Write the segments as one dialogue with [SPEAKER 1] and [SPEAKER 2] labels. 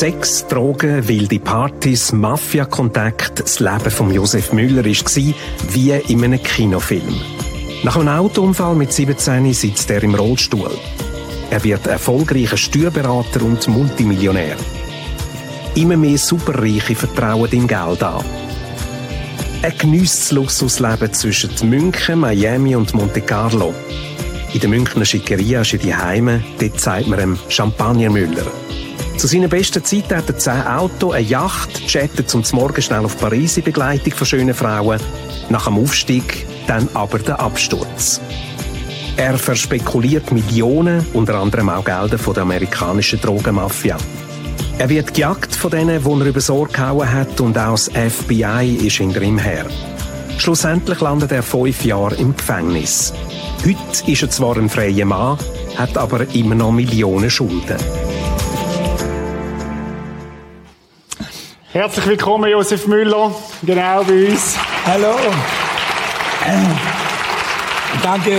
[SPEAKER 1] Sex, Drogen, wilde Partys, Mafia-Kontakt, das Leben von Josef Müller war wie in einem Kinofilm. Nach einem Autounfall mit 17 sitzt er im Rollstuhl. Er wird erfolgreicher Steuerberater und Multimillionär. Immer mehr Superreiche vertrauen ihm Geld an. Er geniesst das Luxusleben zwischen München, Miami und Monte Carlo. In der Münchner Schickeria ist er daheim, dort zeigt man ihm Champagner Müller. Zu seiner besten Zeit hat er 10 Autos, eine Yacht, jettet zum Morgen schnell auf Paris in Begleitung von schönen Frauen. Nach dem Aufstieg dann aber der Absturz. Er verspekuliert Millionen, unter anderem auch Gelder von der amerikanischen Drogenmafia. Er wird gejagt von denen, die er übers Ohr gehauen hat, und auch das FBI ist hinter ihm her. Schlussendlich landet er 5 Jahre im Gefängnis. Heute ist er zwar ein freier Mann, hat aber immer noch Millionen Schulden.
[SPEAKER 2] Herzlich willkommen, Josef Müller, genau bei uns.
[SPEAKER 3] Hallo. Danke.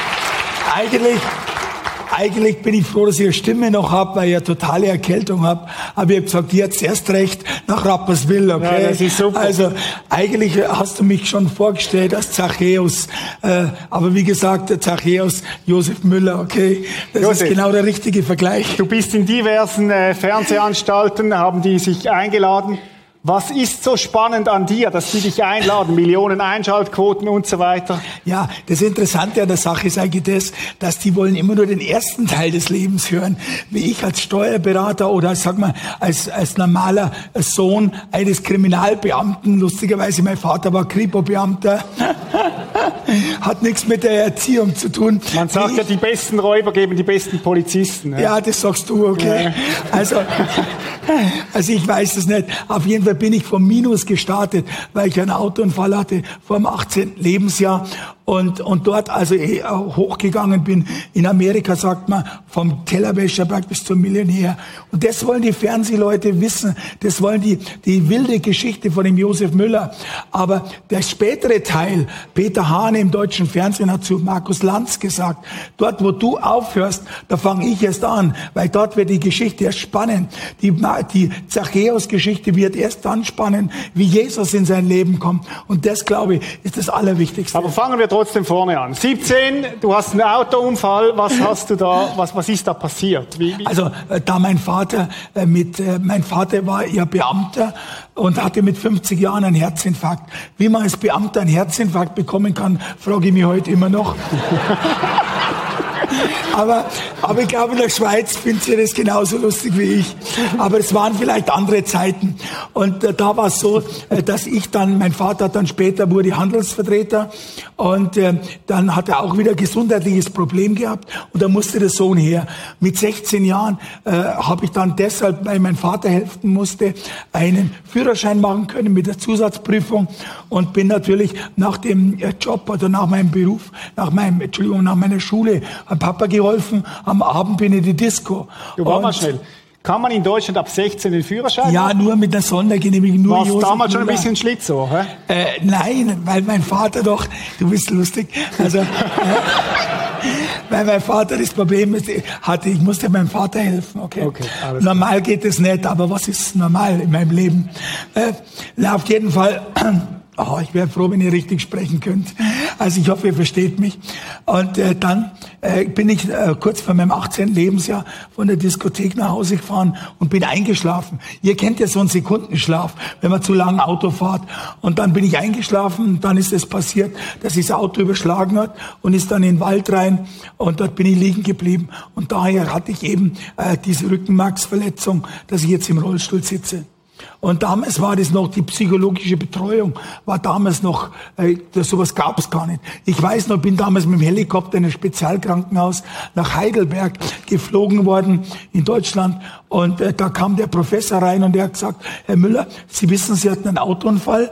[SPEAKER 3] Eigentlich bin ich froh, dass ich eine Stimme noch habe, weil ich eine totale Erkältung habe. Aber ich habe gesagt, jetzt erst recht nach Rapperswil, okay?
[SPEAKER 2] Ja, das ist super.
[SPEAKER 3] Also eigentlich hast du mich schon vorgestellt als Zachäus. Aber wie gesagt, der Zachäus Josef Müller, okay? Das Josef, ist genau der richtige Vergleich.
[SPEAKER 2] Du bist in diversen Fernsehanstalten, haben die sich eingeladen. Was ist so spannend an dir, dass die dich einladen? Millionen Einschaltquoten und so weiter.
[SPEAKER 3] Ja, das Interessante an der Sache ist eigentlich das, dass die wollen immer nur den ersten Teil des Lebens hören. Wie ich als Steuerberater oder sag mal als normaler Sohn eines Kriminalbeamten, lustigerweise mein Vater war Kripo-Beamter, hat nichts mit der Erziehung zu tun.
[SPEAKER 2] Man sagt ja, die besten Räuber geben die besten Polizisten.
[SPEAKER 3] Ja, das sagst du, okay. Ja. Also ich weiß es nicht. Auf jeden Fall bin ich vom Minus gestartet, weil ich einen Autounfall hatte vor dem 18. Lebensjahr und dort also hochgegangen bin. In Amerika sagt man, vom Tellerwäscherberg bis zum Millionär. Und das wollen die Fernsehleute wissen. Das wollen die wilde Geschichte von dem Josef Müller. Aber der spätere Teil, Peter Hahn im deutschen Fernsehen hat zu Markus Lanz gesagt, dort wo du aufhörst, da fange ich erst an, weil dort wird die Geschichte erst spannend. Die Zachäus-Geschichte wird erst dann spannend, wie Jesus in sein Leben kommt. Und das, glaube ich, ist das Allerwichtigste.
[SPEAKER 2] Aber fangen wir trotzdem vorne an. 17, du hast einen Autounfall. Was hast du da, was ist da passiert?
[SPEAKER 3] Also, da mein Vater war ja Beamter und hatte mit 50 Jahren einen Herzinfarkt. Wie man als Beamter einen Herzinfarkt bekommen kann, frage ich mich heute immer noch. Aber ich glaube, in der Schweiz findet ihr das genauso lustig wie ich. Aber es waren vielleicht andere Zeiten. Und da war es so, dass mein Vater dann später wurde Handelsvertreter und dann hat er auch wieder ein gesundheitliches Problem gehabt und da musste der Sohn her. Mit 16 Jahren habe ich dann deshalb, weil mein Vater helfen musste, einen Führerschein machen können mit der Zusatzprüfung und bin natürlich nach dem Job oder nach meinem Beruf, nach meiner Schule, Papa geholfen, am Abend bin ich in die Disco.
[SPEAKER 2] Du, war mal schnell. Kann man in Deutschland ab 16 den Führerschein
[SPEAKER 3] Ja,
[SPEAKER 2] machen?
[SPEAKER 3] nur mit einer Sondergenehmigung.
[SPEAKER 2] Warst du damals schon ein bisschen Schlitzohr, hä?
[SPEAKER 3] Nein, weil mein Vater doch, du bist lustig, also, weil mein Vater das Problem hatte, ich musste meinem Vater helfen, okay normal geht es nicht, aber was ist normal in meinem Leben? Auf jeden Fall... ich wäre froh, wenn ihr richtig sprechen könnt. Also ich hoffe, ihr versteht mich. Und dann bin ich kurz vor meinem 18. Lebensjahr von der Diskothek nach Hause gefahren und bin eingeschlafen. Ihr kennt ja so einen Sekundenschlaf, wenn man zu lange Auto fährt. Und dann bin ich eingeschlafen und dann ist es passiert, dass sich das Auto überschlagen hat und ist dann in den Wald rein und dort bin ich liegen geblieben. Und daher hatte ich eben diese Rückenmarksverletzung, dass ich jetzt im Rollstuhl sitze. Und damals war das noch, die psychologische Betreuung war damals noch, sowas gab es gar nicht. Ich weiß noch, bin damals mit dem Helikopter in ein Spezialkrankenhaus nach Heidelberg geflogen worden in Deutschland und da kam der Professor rein und der hat gesagt, Herr Müller, Sie wissen, Sie hatten einen Autounfall,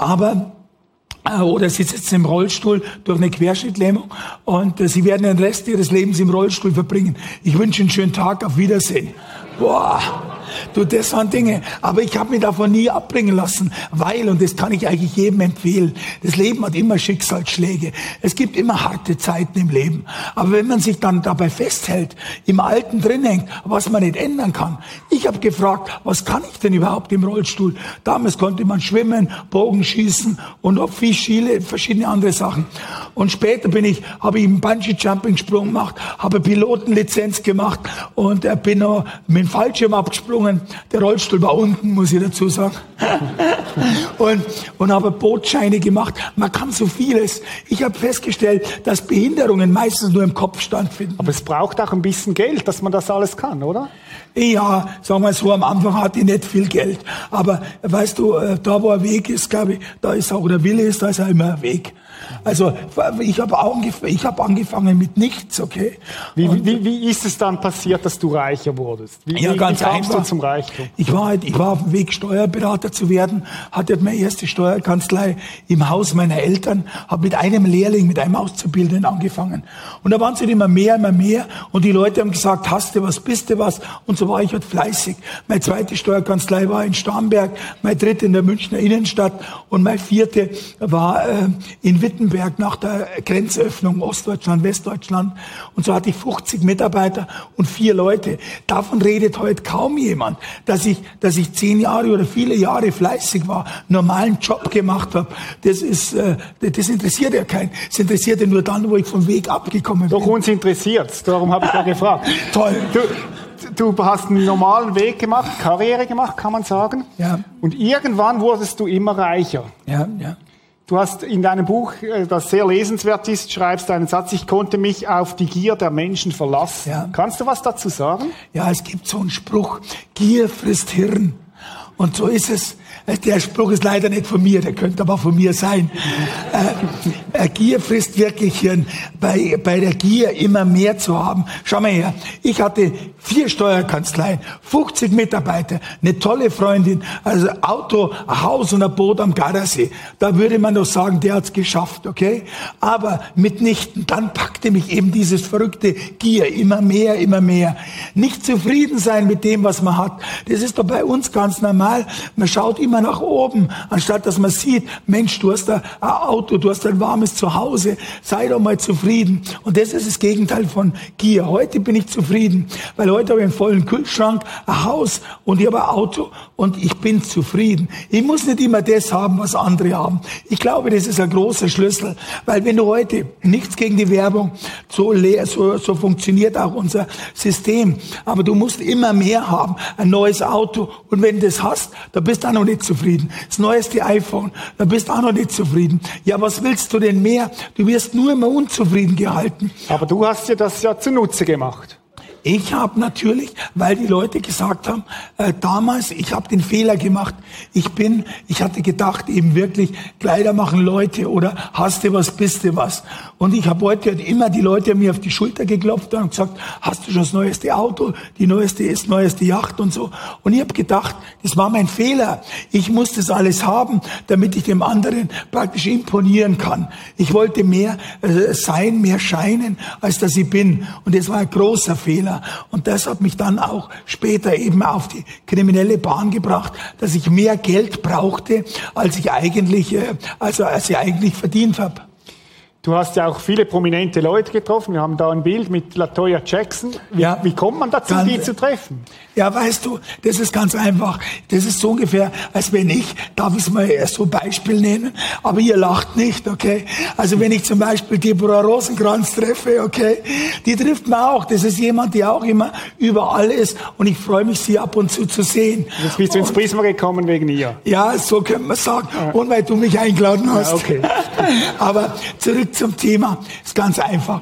[SPEAKER 3] oder Sie sitzen im Rollstuhl durch eine Querschnittlähmung und Sie werden den Rest Ihres Lebens im Rollstuhl verbringen. Ich wünsche Ihnen einen schönen Tag, auf Wiedersehen. Boah. Du, das waren Dinge. Aber ich habe mich davon nie abbringen lassen, weil, und das kann ich eigentlich jedem empfehlen, das Leben hat immer Schicksalsschläge. Es gibt immer harte Zeiten im Leben. Aber wenn man sich dann dabei festhält, im Alten drin hängt, was man nicht ändern kann. Ich habe gefragt, was kann ich denn überhaupt im Rollstuhl? Damals konnte man schwimmen, Bogenschießen und auch viele verschiedene andere Sachen. Und später habe ich einen Bungee-Jumping-Sprung gemacht, habe Pilotenlizenz gemacht und bin noch mit dem Fallschirm abgesprungen. Der Rollstuhl war unten, muss ich dazu sagen. und habe Bootsscheine gemacht. Man kann so vieles. Ich habe festgestellt, dass Behinderungen meistens nur im Kopf stattfinden.
[SPEAKER 2] Aber es braucht auch ein bisschen Geld, dass man das alles kann, oder?
[SPEAKER 3] Ja, sagen wir so, am Anfang hatte ich nicht viel Geld. Aber weißt du, da wo ein Weg ist, glaube ich, da ist auch der Wille ist, da ist auch immer ein Weg. Also ich habe angefangen mit nichts, okay?
[SPEAKER 2] Wie ist es dann passiert, dass du reicher wurdest?
[SPEAKER 3] Ganz
[SPEAKER 2] wie kamst
[SPEAKER 3] einfach.
[SPEAKER 2] Du zum Reichtum?
[SPEAKER 3] Ich war auf dem Weg, Steuerberater zu werden, hatte meine erste Steuerkanzlei im Haus meiner Eltern, habe mit einem Lehrling, mit einem Auszubildenden angefangen. Und da waren es immer mehr und die Leute haben gesagt, hast du was, bist du was? Und so war ich halt fleißig. Meine zweite Steuerkanzlei war in Starnberg, meine dritte in der Münchner Innenstadt und meine vierte war in Wittenberg nach der Grenzöffnung Ostdeutschland, Westdeutschland. Und so hatte ich 50 Mitarbeiter und 4 Leute. Davon redet heute kaum jemand, dass ich 10 Jahre oder viele Jahre fleißig war, normalen Job gemacht habe. Das interessiert ja keinen. Es interessiert ja nur dann, wo ich vom Weg abgekommen bin.
[SPEAKER 2] Doch uns interessiert's. Darum habe ich ja gefragt.
[SPEAKER 3] Toll.
[SPEAKER 2] Du hast einen normalen Weg gemacht, Karriere gemacht, kann man sagen.
[SPEAKER 3] Ja.
[SPEAKER 2] Und irgendwann wurdest du immer reicher.
[SPEAKER 3] Ja.
[SPEAKER 2] Du hast in deinem Buch, das sehr lesenswert ist, schreibst einen Satz, ich konnte mich auf die Gier der Menschen verlassen.
[SPEAKER 3] Ja.
[SPEAKER 2] Kannst du was dazu sagen?
[SPEAKER 3] Ja, es gibt so einen Spruch, Gier frisst Hirn. Und so ist es. Der Spruch ist leider nicht von mir, der könnte aber von mir sein. Gier frisst wirklich Hirn. Bei der Gier immer mehr zu haben. Schau mal her, ich hatte 4 Steuerkanzleien, 50 Mitarbeiter, eine tolle Freundin, also Auto, ein Haus und ein Boot am Gardasee. Da würde man doch sagen, der hat's geschafft, okay? Aber mitnichten, dann packte mich eben dieses verrückte Gier, immer mehr. Nicht zufrieden sein mit dem, was man hat. Das ist doch bei uns ganz normal. Man schaut immer nach oben, anstatt dass man sieht, Mensch, du hast da ein Auto, du hast ein warmes Zuhause, sei doch mal zufrieden. Und das ist das Gegenteil von Gier. Heute bin ich zufrieden, weil heute habe ich einen vollen Kühlschrank, ein Haus und ich habe ein Auto und ich bin zufrieden. Ich muss nicht immer das haben, was andere haben. Ich glaube, das ist ein großer Schlüssel, weil wenn du heute, nichts gegen die Werbung, so funktioniert auch unser System, aber du musst immer mehr haben, ein neues Auto und wenn du das hast, da bist du auch noch nicht zufrieden. Das neueste iPhone, da bist du auch noch nicht zufrieden. Ja, was willst du denn mehr? Du wirst nur immer unzufrieden gehalten.
[SPEAKER 2] Aber du hast dir das ja zunutze gemacht.
[SPEAKER 3] Ich habe natürlich, weil die Leute gesagt haben, damals, ich habe den Fehler gemacht. Ich hatte gedacht eben wirklich, Kleider machen Leute oder hast du was, bist du was. Und ich habe heute immer die Leute mir auf die Schulter geklopft und gesagt, hast du schon das neueste Auto, die neueste Yacht und so. Und ich habe gedacht, das war mein Fehler. Ich muss das alles haben, damit ich dem anderen praktisch imponieren kann. Ich wollte mehr sein, mehr scheinen, als dass ich bin. Und das war ein großer Fehler. Und das hat mich dann auch später eben auf die kriminelle Bahn gebracht, dass ich mehr Geld brauchte, als ich eigentlich verdient habe.
[SPEAKER 2] Du hast ja auch viele prominente Leute getroffen. Wir haben da ein Bild mit LaToya Jackson. Wie kommt man dazu, die zu treffen?
[SPEAKER 3] Ja, weißt du, das ist ganz einfach. Das ist so ungefähr, als wenn darf ich es mal so ein Beispiel nennen, aber ihr lacht nicht, okay? Also wenn ich zum Beispiel Deborah Rosenkranz treffe, okay, die trifft man auch. Das ist jemand, die auch immer überall ist und ich freue mich, sie ab und zu sehen.
[SPEAKER 2] Jetzt bist du ins Prisma gekommen wegen ihr.
[SPEAKER 3] Ja, so können wir sagen. Und weil du mich eingeladen hast.
[SPEAKER 2] Ja, okay.
[SPEAKER 3] Aber zurück zum Thema. Ist ganz einfach.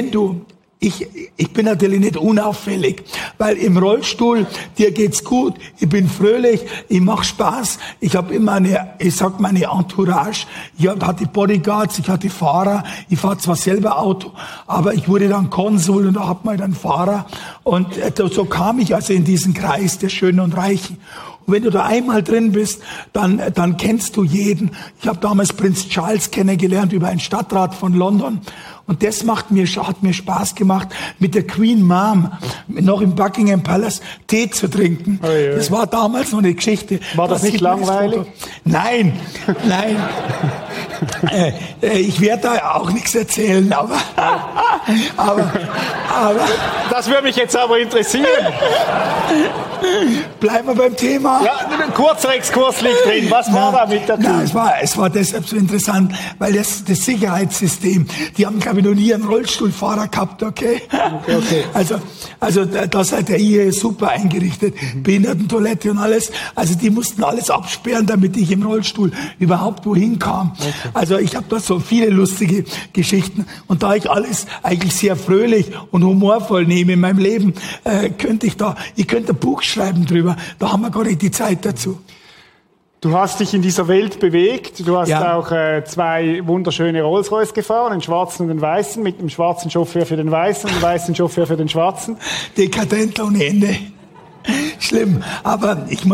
[SPEAKER 3] Ich bin natürlich nicht unauffällig, weil im Rollstuhl, dir geht's gut, ich bin fröhlich, ich mache Spaß, ich habe immer meine Entourage, ich hatte Bodyguards, ich hatte Fahrer, ich fahre zwar selber Auto, aber ich wurde dann Konsul und da hat man dann Fahrer und so kam ich also in diesen Kreis der Schönen und Reichen. Und wenn du da einmal drin bist, dann kennst du jeden. Ich habe damals Prinz Charles kennengelernt über einen Stadtrat von London. Und das hat mir Spaß gemacht, mit der Queen Mom noch im Buckingham Palace Tee zu trinken. Oh, ja. Das war damals noch eine Geschichte.
[SPEAKER 2] War das nicht langweilig?
[SPEAKER 3] Nein. Ich werde da auch nichts erzählen, aber
[SPEAKER 2] das würde mich jetzt aber interessieren.
[SPEAKER 3] Bleiben wir beim Thema.
[SPEAKER 2] Ja, ein kurzer Exkurs liegt drin. Was war da mit der Queen?
[SPEAKER 3] Es war deshalb so interessant, weil das Sicherheitssystem, die haben, glaube ich, noch nie einen Rollstuhlfahrer gehabt, okay? Also da seid ihr hier super eingerichtet, Behindertentoilette und alles. Also die mussten alles absperren, damit ich im Rollstuhl überhaupt wohin kam. Okay. Also ich habe da so viele lustige Geschichten. Und da ich alles eigentlich sehr fröhlich und humorvoll nehme in meinem Leben, könnte ich ein Buch schreiben drüber. Da haben wir gar nicht die Zeit dazu.
[SPEAKER 2] Du hast dich in dieser Welt bewegt. Du hast auch 2 wunderschöne Rolls-Royce gefahren, den schwarzen und den weißen, mit dem schwarzen Chauffeur für den weißen und dem weißen Chauffeur für den schwarzen.
[SPEAKER 3] Dekadent ohne Ende. Schlimm, aber ich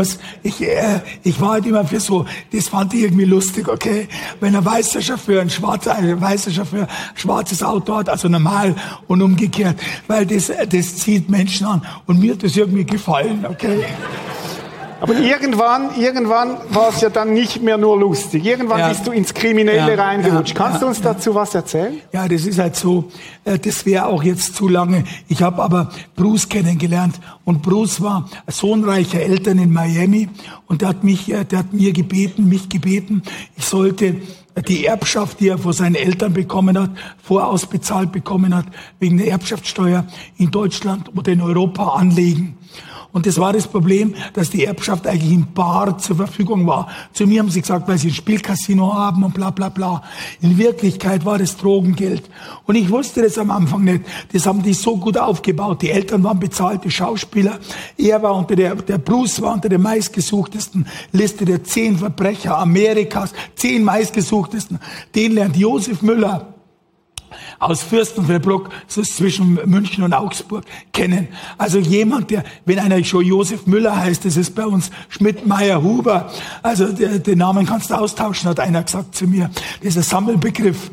[SPEAKER 3] war halt immer für so, das fand ich irgendwie lustig, okay? Wenn ein weißer Chauffeur, ein schwarzes Auto hat, also normal und umgekehrt, weil das zieht Menschen an und mir hat das irgendwie gefallen, okay?
[SPEAKER 2] Aber irgendwann war es ja dann nicht mehr nur lustig. Irgendwann bist du ins Kriminelle reingerutscht. Kannst du uns dazu was erzählen?
[SPEAKER 3] Ja, das ist halt so. Das wäre auch jetzt zu lange. Ich habe aber Bruce kennengelernt. Und Bruce war Sohn reicher Eltern in Miami. Und der hat mich gebeten, ich sollte die Erbschaft, die er von seinen Eltern bekommen hat, vorausbezahlt bekommen hat, wegen der Erbschaftssteuer in Deutschland oder in Europa anlegen. Und das war das Problem, dass die Erbschaft eigentlich in bar zur Verfügung war. Zu mir haben sie gesagt, weil sie ein Spielcasino haben und bla bla bla. In Wirklichkeit war das Drogengeld. Und ich wusste das am Anfang nicht. Das haben die so gut aufgebaut. Die Eltern waren bezahlte Schauspieler. Der Bruce war unter der meistgesuchtesten Liste der 10 Verbrecher Amerikas. 10 meistgesuchtesten. Den lernt Josef Müller aus Fürstenfeldbruck, so zwischen München und Augsburg, kennen. Also jemand, wenn einer schon Josef Müller heißt, das ist bei uns Schmidt, Meyer, Huber. Also den Namen kannst du austauschen, hat einer gesagt zu mir. Das ist ein Sammelbegriff.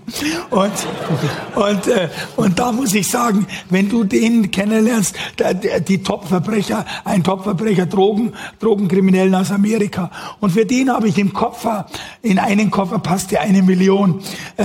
[SPEAKER 3] Und da muss ich sagen, wenn du den kennenlernst, die Top-Verbrecher, ein Top-Verbrecher, Drogenkriminellen aus Amerika. Und für den habe ich in einen Koffer passte $1 Million,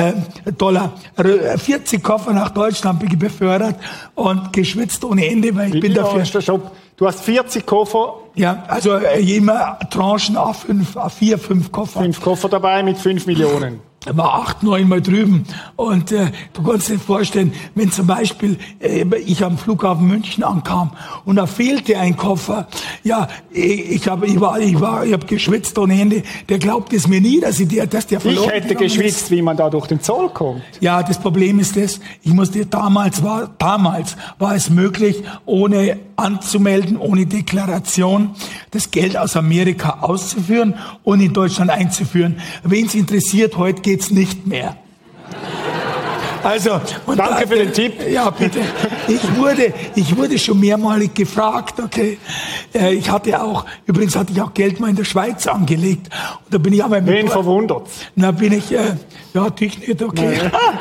[SPEAKER 3] 40 Koffer nach Deutschland befördert und geschwitzt ohne Ende, weil ich bin dafür.
[SPEAKER 2] Du hast 40 Koffer?
[SPEAKER 3] Ja, also immer Tranchen A4, 5 Koffer.
[SPEAKER 2] 5 Koffer dabei mit 5 Millionen.
[SPEAKER 3] War 8, 9 Mal drüben. Und du kannst dir vorstellen, wenn zum Beispiel ich am Flughafen München ankam und da fehlte ein Koffer. Ja, ich hab geschwitzt ohne Ende. Der glaubt es mir nie, dass der verloren
[SPEAKER 2] Ich hätte geschwitzt, wie man da durch den Zoll kommt.
[SPEAKER 3] Ja, das Problem ist damals war es möglich, ohne anzumelden, ohne Deklaration, das Geld aus Amerika auszuführen und in Deutschland einzuführen. Wen es interessiert, heute geht's nicht mehr. Also,
[SPEAKER 2] danke für den Tipp.
[SPEAKER 3] Ja, bitte. Ich wurde schon mehrmalig gefragt, okay. Übrigens hatte ich auch Geld mal in der Schweiz angelegt. Und da bin ich aber
[SPEAKER 2] Wen verwundert's?
[SPEAKER 3] Na, bin ich, dich nicht, okay.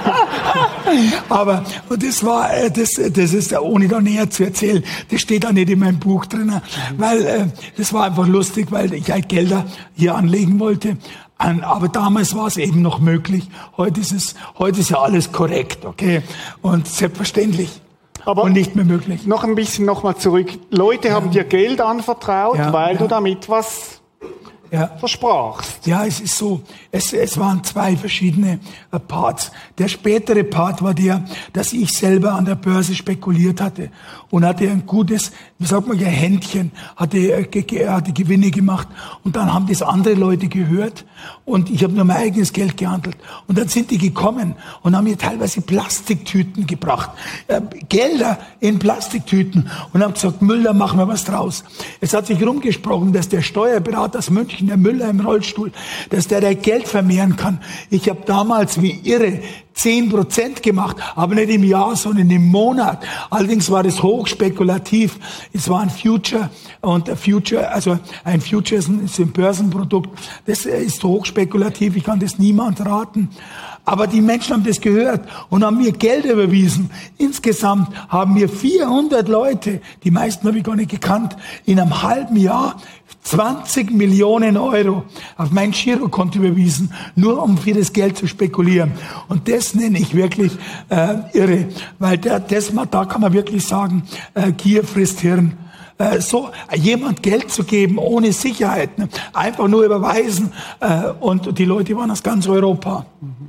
[SPEAKER 3] Aber, und das ist, ohne da näher zu erzählen, das steht auch nicht in meinem Buch drin, weil, das war einfach lustig, weil ich halt Gelder hier anlegen wollte. Aber damals war es eben noch möglich. Heute ist ja alles korrekt, okay? Und selbstverständlich. Aber und nicht mehr möglich.
[SPEAKER 2] Noch ein bisschen nochmal zurück. Leute haben dir Geld anvertraut, weil du damit was versprachst.
[SPEAKER 3] Ja, es ist so. Es waren 2 verschiedene Parts. Der spätere Part war dass ich selber an der Börse spekuliert hatte und hatte ein gutes, wie sagt man, Händchen, hatte Gewinne gemacht und dann haben das andere Leute gehört und ich habe nur mein eigenes Geld gehandelt und dann sind die gekommen und haben mir teilweise Plastiktüten gebracht, Gelder in Plastiktüten und haben gesagt, Müller, machen wir was draus. Es hat sich rumgesprochen, dass der Steuerberater aus München München, der Müller im Rollstuhl, dass der Geld vermehren kann. Ich habe damals wie irre 10% gemacht, aber nicht im Jahr, sondern im Monat. Allerdings war das hochspekulativ. Es war ein Future und ein Future ist ein Börsenprodukt. Das ist hochspekulativ. Ich kann das niemand raten. Aber die Menschen haben das gehört und haben mir Geld überwiesen. Insgesamt haben mir 400 Leute, die meisten habe ich gar nicht gekannt, in einem halben Jahr 20 Millionen Euro auf mein Girokonto überwiesen, nur um für das Geld zu spekulieren. Und das nenne ich wirklich irre, weil da kann man wirklich sagen, Gier frisst Hirn. So jemand Geld zu geben ohne Sicherheit, ne? Einfach nur überweisen, und die Leute waren aus ganz Europa.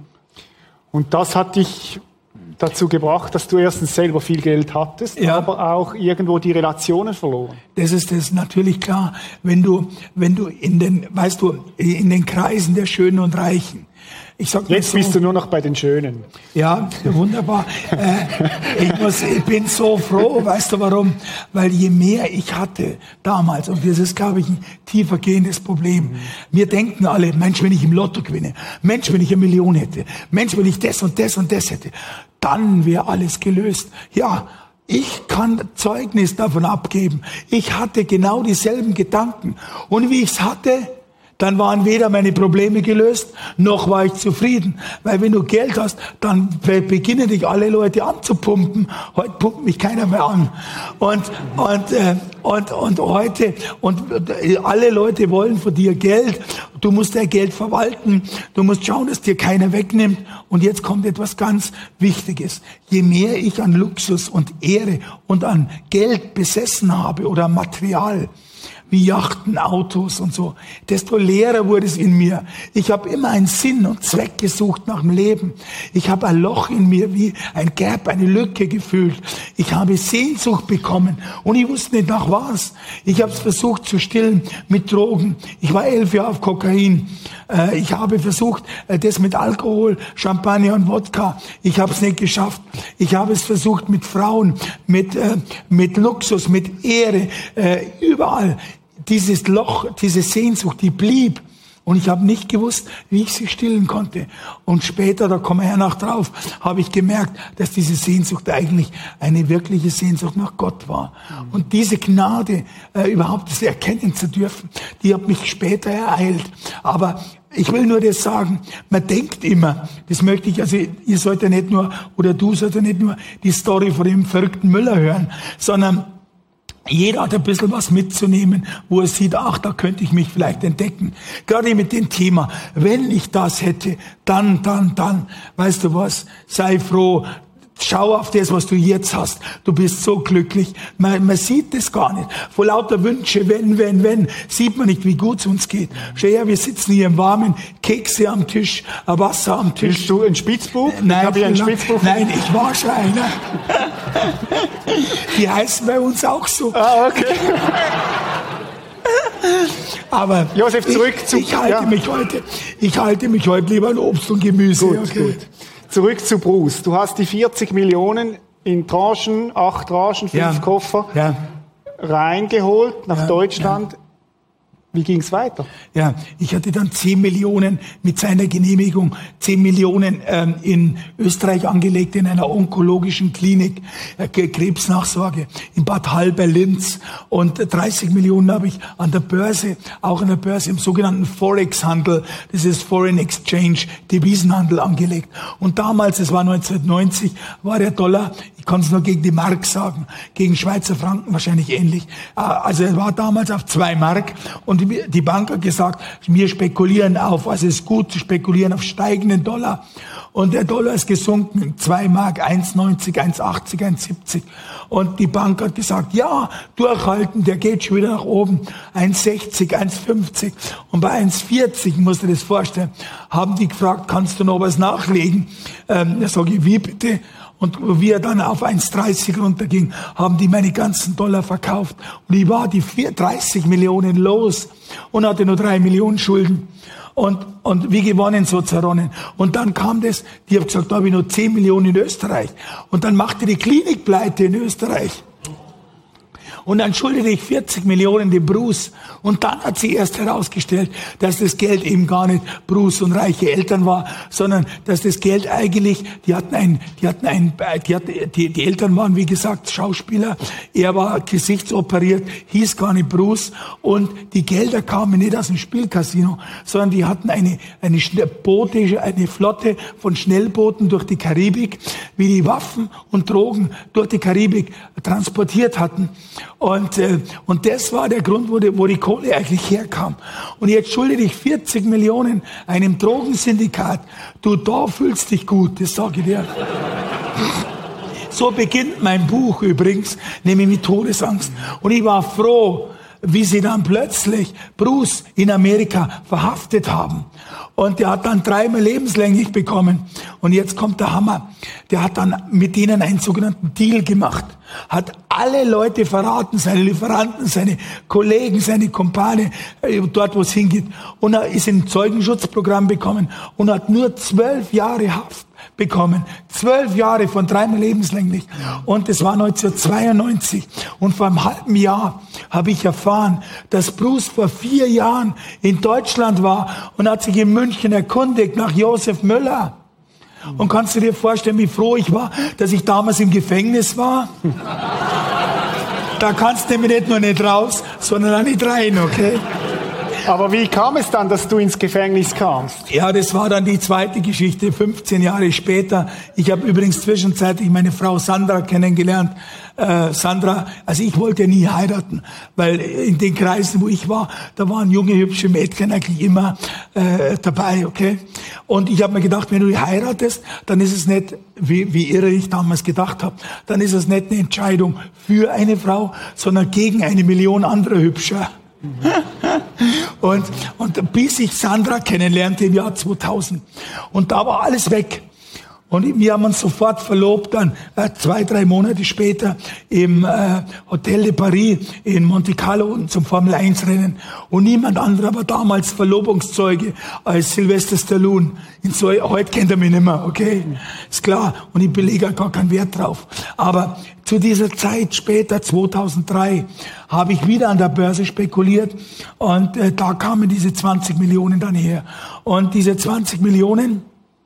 [SPEAKER 2] Und das hat dich dazu gebracht, dass du erstens selber viel Geld hattest, ja, aber auch irgendwo die Relationen verloren.
[SPEAKER 3] Das ist natürlich klar, wenn du in den Kreisen der Schönen und Reichen.
[SPEAKER 2] Jetzt bist du nur noch bei den Schönen.
[SPEAKER 3] Ja, wunderbar. Ich bin so froh, weißt du warum? Weil je mehr ich hatte damals, und das ist, glaube ich, ein tiefer gehendes Problem. Wir denken alle, Mensch, wenn ich im Lotto gewinne, Mensch, wenn ich 1 Million hätte, Mensch, wenn ich das und das und das hätte, dann wäre alles gelöst. Ja, ich kann Zeugnis davon abgeben. Ich hatte genau dieselben Gedanken. Und wie ich's hatte, dann waren weder meine Probleme gelöst, noch war ich zufrieden. Weil wenn du Geld hast, dann beginnen dich alle Leute anzupumpen. Heute pumpt mich keiner mehr an. Und heute, alle Leute wollen von dir Geld. Du musst dein Geld verwalten. Du musst schauen, dass dir keiner wegnimmt. Und jetzt kommt etwas ganz Wichtiges. Je mehr ich an Luxus und Ehre und an Geld besessen habe oder an Material, wie Yachten, Autos und so, desto leerer wurde es in mir. Ich habe immer einen Sinn und Zweck gesucht nach dem Leben. Ich habe ein Loch in mir, wie ein Gap, eine Lücke gefühlt. Ich habe Sehnsucht bekommen und ich wusste nicht nach was. Ich habe es versucht zu stillen mit Drogen. Ich war 11 Jahre auf Kokain. Ich habe versucht, das mit Alkohol, Champagner und Wodka. Ich habe es nicht geschafft. Ich habe es versucht mit Frauen, mit Luxus, mit Ehre, überall. Dieses Loch, diese Sehnsucht, die blieb. Und ich habe nicht gewusst, wie ich sie stillen konnte. Und später, da kommen wir ja noch drauf, habe ich gemerkt, dass diese Sehnsucht eigentlich eine wirkliche Sehnsucht nach Gott war. Und diese Gnade, überhaupt das erkennen zu dürfen, die hat mich später ereilt. Aber ich will nur das sagen, man denkt immer, das möchte ich, also ihr sollt ja nicht nur, oder du sollst ja nicht nur die Story von dem verrückten Müller hören, sondern jeder hat ein bisschen was mitzunehmen, wo er sieht, ach, da könnte ich mich vielleicht entdecken. Gerade mit dem Thema, wenn ich das hätte, dann, weißt du was, sei froh, schau auf das, was du jetzt hast. Du bist so glücklich. Man sieht das gar nicht. Vor lauter Wünsche, wenn, sieht man nicht, wie gut es uns geht. Schau her, wir sitzen hier im Warmen, Kekse am Tisch, Wasser am Tisch.
[SPEAKER 2] Bist du ein Spitzbub?
[SPEAKER 3] Nein, ich war schon einer. Die heißen bei uns auch so.
[SPEAKER 2] Ah, okay.
[SPEAKER 3] Aber
[SPEAKER 2] Josef, zurück
[SPEAKER 3] ich halte mich heute lieber an Obst und Gemüse.
[SPEAKER 2] Gut. Zurück zu Bruce. Du hast die 40 Millionen in Tranchen, 8 Tranchen, 5 Koffer reingeholt nach Deutschland. Ja. Wie ging's weiter?
[SPEAKER 3] Ja, ich hatte dann 10 Millionen mit seiner Genehmigung, 10 Millionen in Österreich angelegt, in einer onkologischen Klinik, Krebsnachsorge in Bad Hall-Linz. Und 30 Millionen habe ich an der Börse, auch an der Börse im sogenannten Forex-Handel, das ist Foreign Exchange, Devisenhandel angelegt. Und damals, es war 1990, war der Dollar, ich kann es nur gegen die Mark sagen, gegen Schweizer Franken wahrscheinlich ähnlich. Also er war damals auf 2 Mark und die Bank hat gesagt, wir spekulieren auf, also es ist gut zu spekulieren auf steigenden Dollar. Und der Dollar ist gesunken, 2 Mark, 1,90, 1,80, 1,70. Und die Bank hat gesagt, ja, durchhalten, der geht schon wieder nach oben, 1,60, 1,50. Und bei 1,40, musst du dir das vorstellen, haben die gefragt, kannst du noch was nachlegen? Da sage ich, wie bitte? Und wie er dann auf 1,30 runterging, haben die meine ganzen Dollar verkauft. Und ich war die 30 Millionen los und hatte nur 3 Millionen Schulden. Und wie gewonnen, so zerronnen. Und dann kam das, die haben gesagt, da habe ich nur 10 Millionen in Österreich. Und dann machte die Klinik pleite in Österreich. Und dann schuldete ich 40 Millionen dem Bruce. Und dann hat sie erst herausgestellt, dass das Geld eben gar nicht Bruce und reiche Eltern war, sondern dass das Geld eigentlich, die Eltern waren, wie gesagt, Schauspieler. Er war gesichtsoperiert, hieß gar nicht Bruce. Und die Gelder kamen nicht aus dem Spielcasino, sondern die hatten eine Flotte von Schnellbooten durch die Karibik, wie die Waffen und Drogen durch die Karibik transportiert hatten. Und das war der Grund, wo die Kohle eigentlich herkam. Und jetzt schulde ich 40 Millionen einem Drogensyndikat. Du, da fühlst dich gut, das sage ich dir. So beginnt mein Buch übrigens, nämlich mit Todesangst. Und ich war froh, wie sie dann plötzlich Bruce in Amerika verhaftet haben. Und der hat dann 3-mal lebenslänglich bekommen. Und jetzt kommt der Hammer. Der hat dann mit denen einen sogenannten Deal gemacht. Hat alle Leute verraten, seine Lieferanten, seine Kollegen, seine Kumpane, dort wo es hingeht. Und er ist in ein Zeugenschutzprogramm bekommen und hat nur 12 Jahre Haft bekommen. 12 Jahre von 3-mal lebenslänglich. Und das war 1992. Und vor einem halben Jahr habe ich erfahren, dass Bruce vor 4 Jahren in Deutschland war und hat sich in München erkundigt nach Josef Müller. Und kannst du dir vorstellen, wie froh ich war, dass ich damals im Gefängnis war? Da kannst du nämlich nicht nur nicht raus, sondern auch nicht rein, okay?
[SPEAKER 2] Aber wie kam es dann, dass du ins Gefängnis kamst?
[SPEAKER 3] Ja, das war dann die zweite Geschichte, 15 Jahre später. Ich habe übrigens zwischenzeitlich meine Frau Sandra kennengelernt. Sandra, also ich wollte nie heiraten, weil in den Kreisen, wo ich war, da waren junge, hübsche Mädchen eigentlich immer dabei, okay? Und ich habe mir gedacht, wenn du heiratest, dann ist es nicht, wie irre ich damals gedacht habe, dann ist es nicht eine Entscheidung für eine Frau, sondern gegen 1 Million anderer Hübscher. Und bis ich Sandra kennenlernte im Jahr 2000. Und da war alles weg. Und wir haben uns sofort verlobt, dann 2-3 Monate später im Hotel de Paris in Monte Carlo zum Formel-1-Rennen. Und niemand anderer war damals Verlobungszeuge als Sylvester Stallone. Heute kennt er mich nicht mehr, okay? Ist klar. Und ich belege gar keinen Wert drauf. Aber zu dieser Zeit später, 2003, habe ich wieder an der Börse spekuliert. Und da kamen diese 20 Millionen dann her. Und diese 20 Millionen,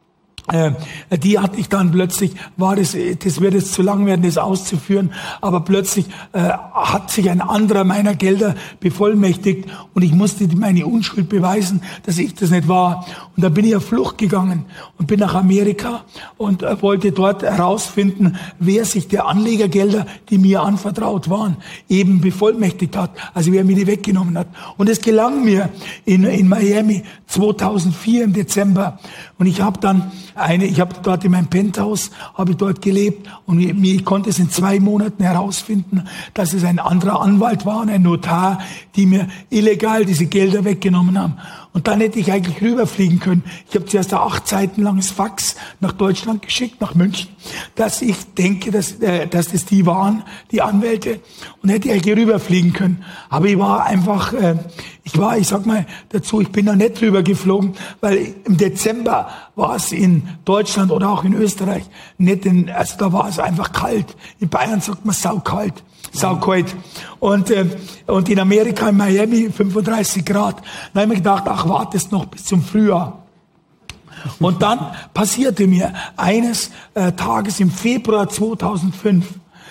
[SPEAKER 3] die hatte ich dann plötzlich, das wird jetzt zu lang werden, das auszuführen, aber plötzlich hat sich ein anderer meiner Gelder bevollmächtigt und ich musste meine Unschuld beweisen, dass ich das nicht war. Und da bin ich auf Flucht gegangen und bin nach Amerika und wollte dort herausfinden, wer sich der Anlegergelder, die mir anvertraut waren, eben bevollmächtigt hat, also wer mir die weggenommen hat. Und es gelang mir in Miami 2004 im Dezember. Und ich habe dort in meinem Penthouse, habe ich dort gelebt und ich konnte es in 2 Monaten herausfinden, dass es ein anderer Anwalt war und ein Notar, die mir illegal diese Gelder weggenommen haben. Und dann hätte ich eigentlich rüberfliegen können. Ich habe zuerst ein 8 Seiten langes Fax nach Deutschland geschickt, nach München, dass ich denke, dass das die waren, die Anwälte, und hätte eigentlich rüberfliegen können. Aber ich war einfach, ich sag mal dazu, ich bin da nicht rübergeflogen, weil im Dezember war es in Deutschland oder auch in Österreich also da war es einfach kalt. In Bayern sagt man saukalt. Saukalt. Und in Amerika, in Miami, 35 Grad. Dann habe ich mir gedacht, wartest noch bis zum Frühjahr. Und dann passierte mir eines Tages im Februar 2005,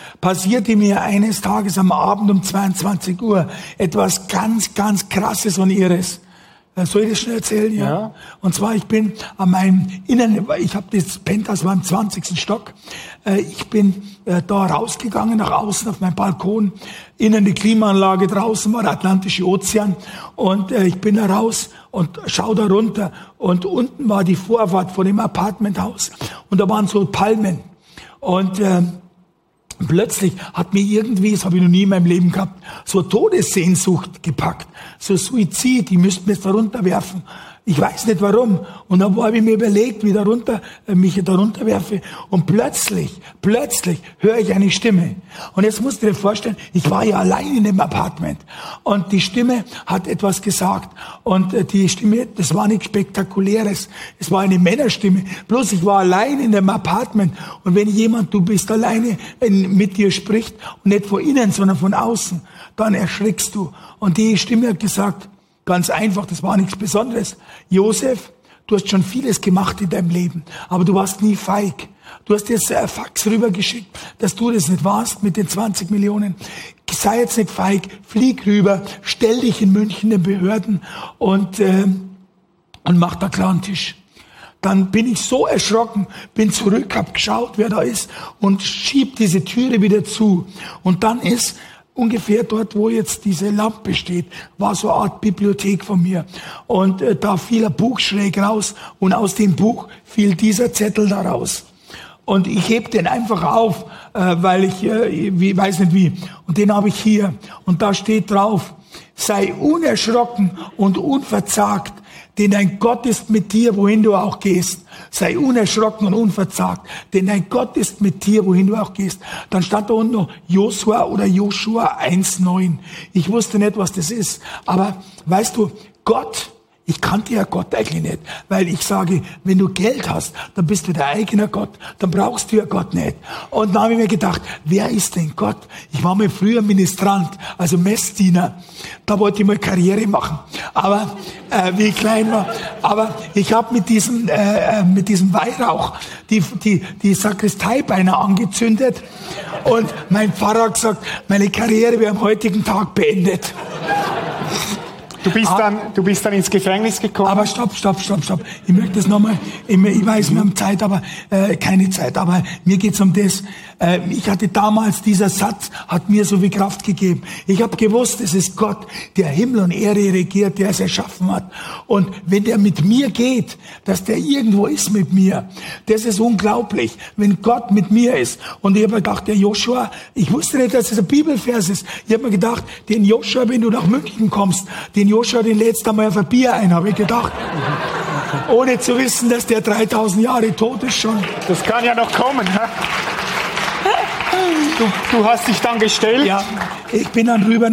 [SPEAKER 3] am Abend um 22 Uhr etwas ganz, ganz Krasses und Irres. Soll ich das schnell erzählen? Ja. Und zwar, ich bin ich habe das Penthouse, war im 20. Stock. Ich bin da rausgegangen, nach außen auf meinen Balkon. Innen die Klimaanlage, draußen war der Atlantische Ozean. Und ich bin da raus und schaue da runter. Und unten war die Vorfahrt von dem Apartmenthaus. Und da waren so Palmen. Und plötzlich hat mir irgendwie, das habe ich noch nie in meinem Leben gehabt, so Todessehnsucht gepackt. So Suizid, die müssten mir jetzt da runterwerfen. Ich weiß nicht warum. Und dann habe ich mir überlegt, wie mich darunter werfe. Und plötzlich höre ich eine Stimme. Und jetzt musst du dir vorstellen, ich war ja allein in dem Apartment. Und die Stimme hat etwas gesagt. Und die Stimme, das war nichts Spektakuläres. Es war eine Männerstimme. Bloß ich war allein in dem Apartment. Und wenn du bist alleine, mit dir spricht, und nicht von innen, sondern von außen, dann erschrickst du. Und die Stimme hat gesagt, ganz einfach, das war nichts Besonderes. Josef, du hast schon vieles gemacht in deinem Leben, aber du warst nie feig. Du hast jetzt ein Fax rübergeschickt, dass du das nicht warst mit den 20 Millionen. Sei jetzt nicht feig, flieg rüber, stell dich in München den Behörden und mach da klar einen Tisch. Dann bin ich so erschrocken, bin zurück, hab geschaut, wer da ist und schieb diese Türe wieder zu. Und dann ist ungefähr dort, wo jetzt diese Lampe steht, war so eine Art Bibliothek von mir. Und da fiel ein Buch schräg raus und aus dem Buch fiel dieser Zettel da raus. Und ich heb den einfach auf, weil ich weiß nicht wie. Und den habe ich hier. Und da steht drauf, sei unerschrocken und unverzagt, denn dein Gott ist mit dir, wohin du auch gehst. Sei unerschrocken und unverzagt, denn dein Gott ist mit dir, wohin du auch gehst. Dann stand da unten noch Joshua 1,9. Ich wusste nicht, was das ist. Aber weißt du, Gott, ich kannte ja Gott eigentlich nicht, weil ich sage, wenn du Geld hast, dann bist du dein eigener Gott, dann brauchst du ja Gott nicht. Und dann habe ich mir gedacht, wer ist denn Gott? Ich war mal früher Ministrant, also Messdiener, da wollte ich mal Karriere machen, aber wie ich klein war. Aber ich habe mit diesem Weihrauch die Sakristei beinahe angezündet und mein Pfarrer hat gesagt, meine Karriere wäre am heutigen Tag beendet.
[SPEAKER 2] Du bist dann ins Gefängnis gekommen?
[SPEAKER 3] Aber stopp. Ich möchte das nochmal, ich weiß, wir haben Zeit, aber keine Zeit. Aber mir geht's um das. Ich hatte damals, dieser Satz hat mir so viel Kraft gegeben. Ich habe gewusst, es ist Gott, der Himmel und Erde regiert, der es erschaffen hat. Und wenn der mit mir geht, dass der irgendwo ist mit mir, das ist unglaublich, wenn Gott mit mir ist. Und ich habe mir gedacht, der Joshua, ich wusste nicht, dass es ein Bibelvers ist. Ich habe mir gedacht, den Joshua, wenn du nach München kommst, den Joshua, den lädst du mal auf ein Bier ein, habe ich gedacht. Ohne zu wissen, dass der 3000 Jahre tot ist schon.
[SPEAKER 2] Das kann ja noch kommen, hä? Du hast dich dann gestellt?
[SPEAKER 3] Ja, ich bin dann rüber,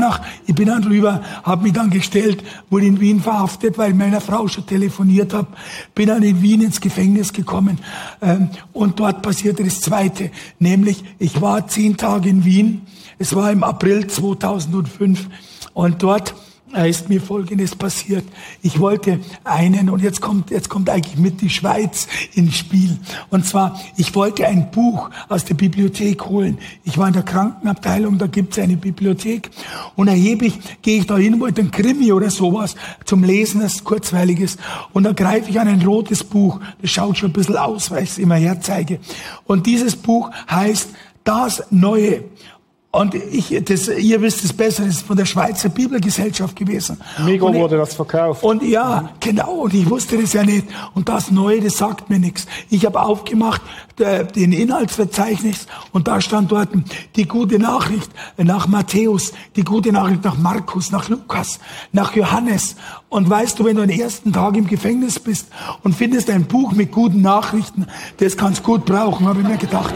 [SPEAKER 3] habe mich dann gestellt, wurde in Wien verhaftet, weil ich meiner Frau schon telefoniert habe, bin dann in Wien ins Gefängnis gekommen und dort passierte das Zweite, nämlich ich war 10 Tage in Wien, es war im April 2005 und dort ist mir Folgendes passiert. Ich wollte und jetzt kommt eigentlich mit die Schweiz ins Spiel. Und zwar, ich wollte ein Buch aus der Bibliothek holen. Ich war in der Krankenabteilung, da gibt's eine Bibliothek. Und gehe ich da hin, wollte ein Krimi oder sowas zum Lesen, das Kurzweiliges. Und dann greife ich an ein rotes Buch. Das schaut schon ein bisschen aus, weil ich es immer herzeige. Und dieses Buch heißt Das Neue. Und ihr wisst es besser, das ist von der Schweizer Bibelgesellschaft gewesen.
[SPEAKER 2] Migros wurde das verkauft.
[SPEAKER 3] Und ja, genau, und ich wusste das ja nicht. Und das Neue, das sagt mir nichts. Ich habe aufgemacht, den Inhaltsverzeichnis, und da stand dort die gute Nachricht nach Matthäus, die gute Nachricht nach Markus, nach Lukas, nach Johannes. Und weißt du, wenn du den ersten Tag im Gefängnis bist und findest ein Buch mit guten Nachrichten, das kannst du gut brauchen, habe ich mir gedacht.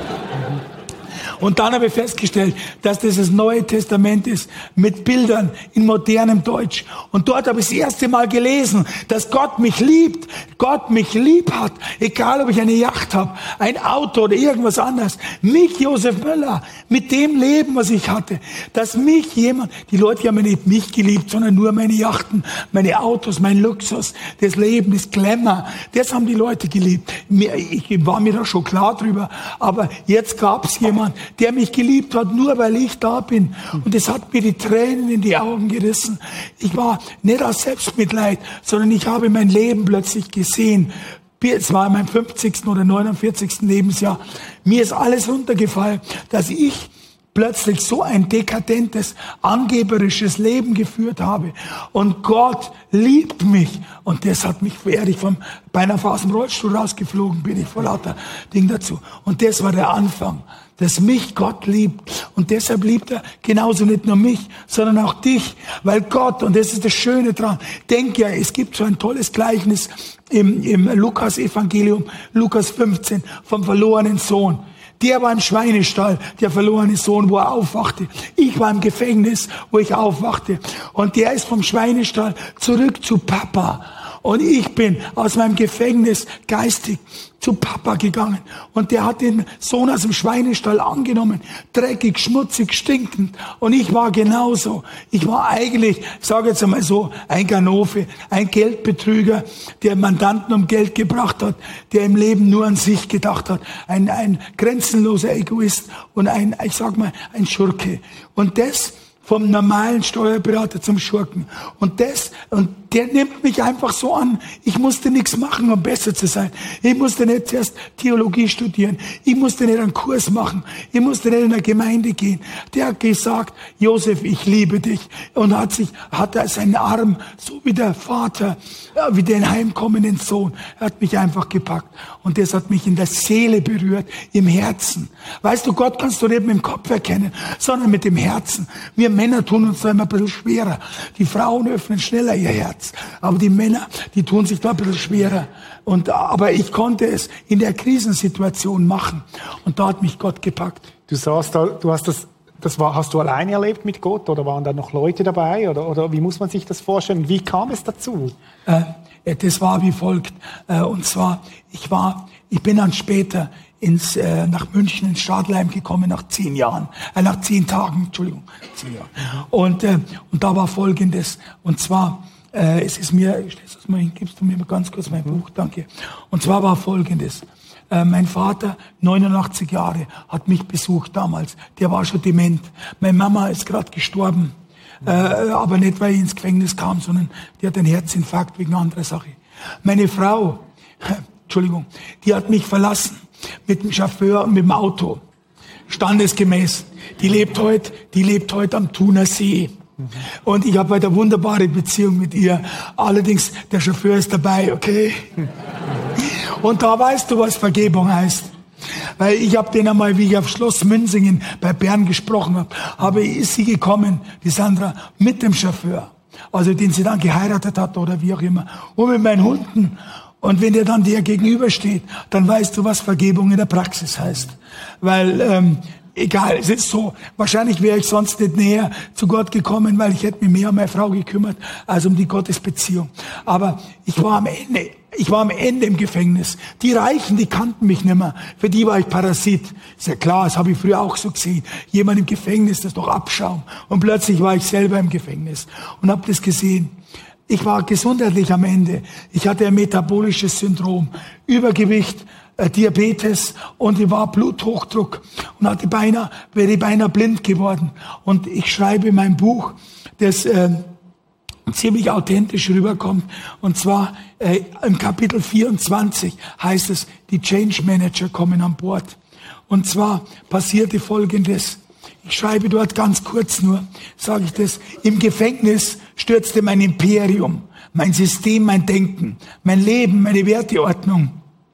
[SPEAKER 3] Und dann habe ich festgestellt, dass das Neue Testament ist mit Bildern in modernem Deutsch. Und dort habe ich das erste Mal gelesen, dass Gott mich liebt, Gott mich lieb hat, egal ob ich eine Yacht habe, ein Auto oder irgendwas anderes. Mich, Josef Möller, mit dem Leben, was ich hatte, dass mich die Leute haben nicht mich geliebt, sondern nur meine Yachten, meine Autos, mein Luxus, das Leben, das Glamour, das haben die Leute geliebt. Ich war mir da schon klar drüber, aber jetzt gab es jemand, der mich geliebt hat, nur weil ich da bin. Und es hat mir die Tränen in die Augen gerissen. Ich war nicht aus Selbstmitleid, sondern ich habe mein Leben plötzlich gesehen. Es war in meinem 50. oder 49. Lebensjahr. Mir ist alles runtergefallen, dass ich plötzlich so ein dekadentes, angeberisches Leben geführt habe. Und Gott liebt mich Und das hat mich, wäre ich beinahe aus dem Rollstuhl rausgeflogen, bin ich vor lauter Ding dazu. Und das war der Anfang, dass mich Gott liebt. Und deshalb liebt er genauso nicht nur mich, sondern auch dich. Weil Gott, und das ist das Schöne dran, denk ja, es gibt so ein tolles Gleichnis im Lukas-Evangelium, Lukas 15, vom verlorenen Sohn. Der war im Schweinestall, der verlorene Sohn, wo er aufwachte. Ich war im Gefängnis, wo ich aufwachte. Und der ist vom Schweinestall zurück zu Papa. Und ich bin aus meinem Gefängnis geistig zu Papa gegangen. Und der hat den Sohn aus dem Schweinestall angenommen. Dreckig, schmutzig, stinkend. Und ich war genauso. Ich war eigentlich, ich sage jetzt einmal so, ein Ganove, ein Geldbetrüger, der Mandanten um Geld gebracht hat, der im Leben nur an sich gedacht hat. Ein grenzenloser Egoist und ein Schurke. Und das vom normalen Steuerberater zum Schurken. Und der nimmt mich einfach so an. Ich musste nichts machen, um besser zu sein. Ich musste nicht zuerst Theologie studieren. Ich musste nicht einen Kurs machen. Ich musste nicht in eine Gemeinde gehen. Der hat gesagt, Josef, ich liebe dich. Und hat er seinen Arm, so wie der Vater, wie den heimkommenden Sohn, er hat mich einfach gepackt. Und das hat mich in der Seele berührt, im Herzen. Weißt du, Gott kannst du nicht mit dem Kopf erkennen, sondern mit dem Herzen. Wir Männer tun uns da immer ein bisschen schwerer. Die Frauen öffnen schneller ihr Herz. Aber die Männer, die tun sich da ein bisschen schwerer. Aber ich konnte es in der Krisensituation machen. Und da hat mich Gott gepackt.
[SPEAKER 2] Du sagst, hast du alleine erlebt mit Gott? Oder waren da noch Leute dabei? Oder wie muss man sich das vorstellen? Wie kam es dazu?
[SPEAKER 3] Das war wie folgt. Und zwar, ich bin dann später nach München ins Stadleim gekommen nach 10 Tagen, Entschuldigung, 10 Jahre. Und da war Folgendes, und zwar, gibst du mir mal ganz kurz mein Buch, danke. Und zwar war Folgendes, mein Vater, 89 Jahre, hat mich besucht damals, der war schon dement. Meine Mama ist gerade gestorben, aber nicht, weil ich ins Gefängnis kam, sondern die hat einen Herzinfarkt wegen anderer Sache. Meine Frau, die hat mich verlassen. Mit dem Chauffeur und mit dem Auto. Standesgemäß. Die lebt heute am Thuner See. Und ich habe eine wunderbare Beziehung mit ihr. Allerdings, der Chauffeur ist dabei, okay? Und da weißt du, was Vergebung heißt. Weil ich habe den einmal, wie ich auf Schloss Münsingen bei Bern gesprochen ist sie gekommen, die Sandra, mit dem Chauffeur. Also den sie dann geheiratet hat oder wie auch immer. Und mit meinen Hunden. Und wenn dir dann der gegenübersteht, dann weißt du, was Vergebung in der Praxis heißt. Weil, egal, es ist so, wahrscheinlich wäre ich sonst nicht näher zu Gott gekommen, weil ich hätte mich mehr um meine Frau gekümmert, als um die Gottesbeziehung. Aber ich war am Ende im Gefängnis. Die Reichen, die kannten mich nicht mehr. Für die war ich Parasit. Ist ja klar, das habe ich früher auch so gesehen. Jemand im Gefängnis, das ist doch Abschaum. Und plötzlich war ich selber im Gefängnis und habe das gesehen. Ich war gesundheitlich am Ende. Ich hatte ein metabolisches Syndrom, Übergewicht, Diabetes und ich war Bluthochdruck und wäre beinahe blind geworden. Und ich schreibe in meinem Buch, das ziemlich authentisch rüberkommt. Und zwar im Kapitel 24 heißt es, die Change Manager kommen an Bord. Und zwar passierte Folgendes. Ich schreibe dort ganz kurz nur, sage ich das, im Gefängnis stürzte mein Imperium, mein System, mein Denken, mein Leben, meine Werteordnung.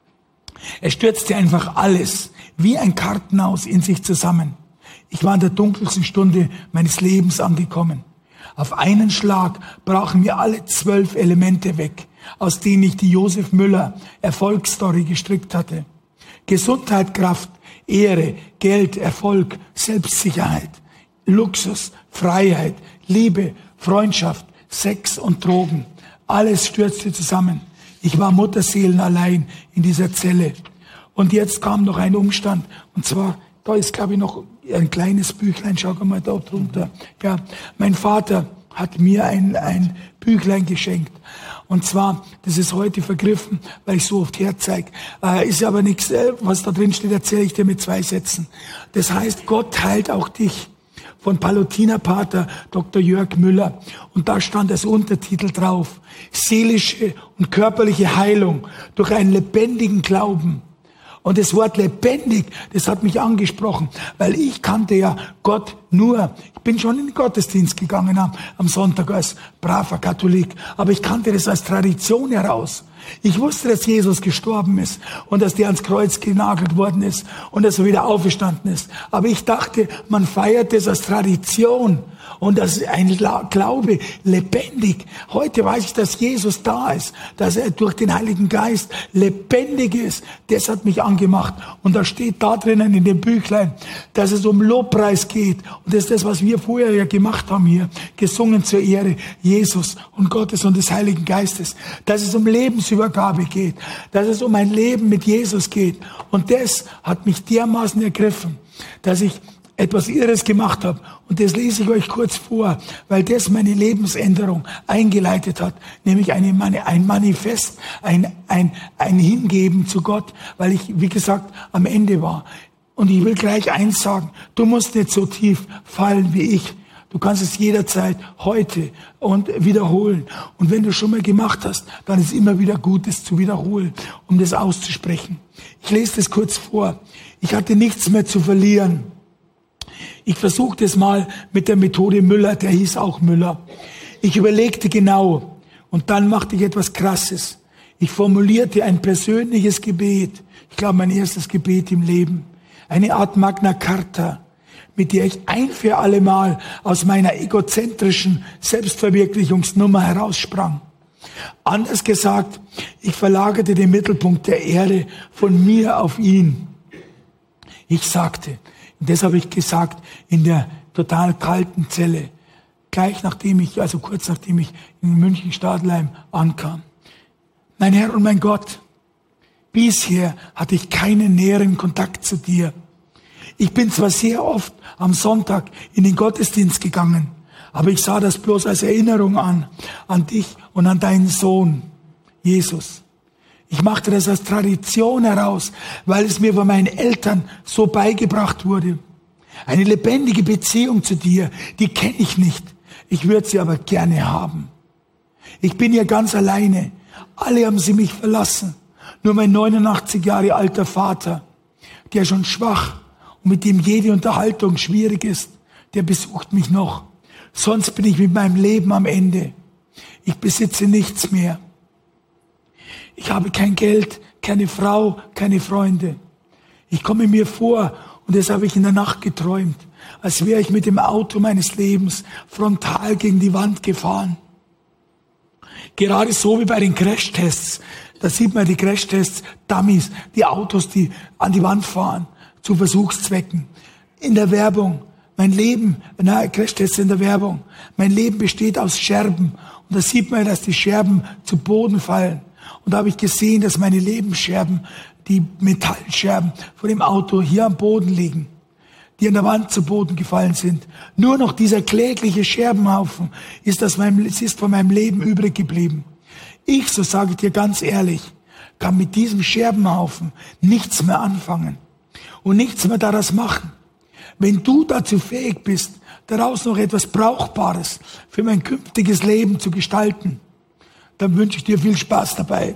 [SPEAKER 3] Es stürzte einfach alles, wie ein Kartenhaus in sich zusammen. Ich war in der dunkelsten Stunde meines Lebens angekommen. Auf einen Schlag brachen mir alle 12 Elemente weg, aus denen ich die Josef Müller Erfolgsstory gestrickt hatte. Gesundheit, Kraft, Ehre, Geld, Erfolg, Selbstsicherheit, Luxus, Freiheit, Liebe, Freundschaft, Sex und Drogen. Alles stürzte zusammen. Ich war mutterseelenallein in dieser Zelle. Und jetzt kam noch ein Umstand. Und zwar, da ist, glaube ich, noch ein kleines Büchlein. Schau mal da drunter. Ja, mein Vater hat mir ein Büchlein geschenkt. Und zwar, das ist heute vergriffen, weil ich so oft herzeige. Ist aber nichts, was da drin steht, erzähle ich dir mit 2 Sätzen. Das heißt, Gott heilt auch dich. Von Palutinerpater Dr. Jörg Müller. Und da stand als Untertitel drauf, seelische und körperliche Heilung durch einen lebendigen Glauben. Und das Wort lebendig, das hat mich angesprochen, weil ich kannte ja Gott Nur, ich bin schon in den Gottesdienst gegangen am Sonntag als braver Katholik, aber ich kannte das als Tradition heraus. Ich wusste, dass Jesus gestorben ist und dass der ans Kreuz genagelt worden ist und dass er wieder auferstanden ist. Aber ich dachte, man feiert das als Tradition und das ist ein Glaube lebendig. Heute weiß ich, dass Jesus da ist, dass er durch den Heiligen Geist lebendig ist. Das hat mich angemacht. Und da steht da drinnen in dem Büchlein, dass es um Lobpreis geht. Und das ist das, was wir vorher ja gemacht haben hier, gesungen zur Ehre Jesus und Gottes und des Heiligen Geistes. Dass es um Lebensübergabe geht, dass es um ein Leben mit Jesus geht. Und das hat mich dermaßen ergriffen, dass ich etwas Irres gemacht habe. Und das lese ich euch kurz vor, weil das meine Lebensänderung eingeleitet hat. Nämlich ein Manifest, ein Hingeben zu Gott, weil ich, wie gesagt, am Ende war. Und ich will gleich eins sagen, du musst nicht so tief fallen wie ich. Du kannst es jederzeit heute und wiederholen. Und wenn du schon mal gemacht hast, dann ist immer wieder gut, es zu wiederholen, um das auszusprechen. Ich lese das kurz vor. Ich hatte nichts mehr zu verlieren. Ich versuchte es mal mit der Methode Müller, der hieß auch Müller. Ich überlegte genau und dann machte ich etwas Krasses. Ich formulierte ein persönliches Gebet. Ich glaube, mein erstes Gebet im Leben. Eine Art Magna Carta, mit der ich ein für alle Mal aus meiner egozentrischen Selbstverwirklichungsnummer heraussprang. Anders gesagt, ich verlagerte den Mittelpunkt der Erde von mir auf ihn. Ich sagte, und das habe ich gesagt in der total kalten Zelle, kurz nachdem ich in München-Stadleim ankam. Mein Herr und mein Gott, bisher hatte ich keinen näheren Kontakt zu dir. Ich bin zwar sehr oft am Sonntag in den Gottesdienst gegangen, aber ich sah das bloß als Erinnerung an dich und an deinen Sohn, Jesus. Ich machte das als Tradition heraus, weil es mir von meinen Eltern so beigebracht wurde. Eine lebendige Beziehung zu dir, die kenne ich nicht. Ich würde sie aber gerne haben. Ich bin ja ganz alleine. Alle haben sie mich verlassen. Nur mein 89 Jahre alter Vater, der schon schwach und mit dem jede Unterhaltung schwierig ist, der besucht mich noch. Sonst bin ich mit meinem Leben am Ende. Ich besitze nichts mehr. Ich habe kein Geld, keine Frau, keine Freunde. Ich komme mir vor, und das habe ich in der Nacht geträumt, als wäre ich mit dem Auto meines Lebens frontal gegen die Wand gefahren. Gerade so wie bei den Crashtests. Da sieht man die Crashtests, Dummies, die Autos, die an die Wand fahren, zu Versuchszwecken. In der Werbung, Crashtests in der Werbung. Mein Leben besteht aus Scherben. Und da sieht man, dass die Scherben zu Boden fallen. Und da habe ich gesehen, dass meine Lebensscherben, die Metallscherben von dem Auto hier am Boden liegen, die an der Wand zu Boden gefallen sind. Nur noch dieser klägliche Scherbenhaufen ist von meinem Leben übrig geblieben. Ich, so sage ich dir ganz ehrlich, kann mit diesem Scherbenhaufen nichts mehr anfangen und nichts mehr daraus machen. Wenn du dazu fähig bist, daraus noch etwas Brauchbares für mein künftiges Leben zu gestalten, dann wünsche ich dir viel Spaß dabei.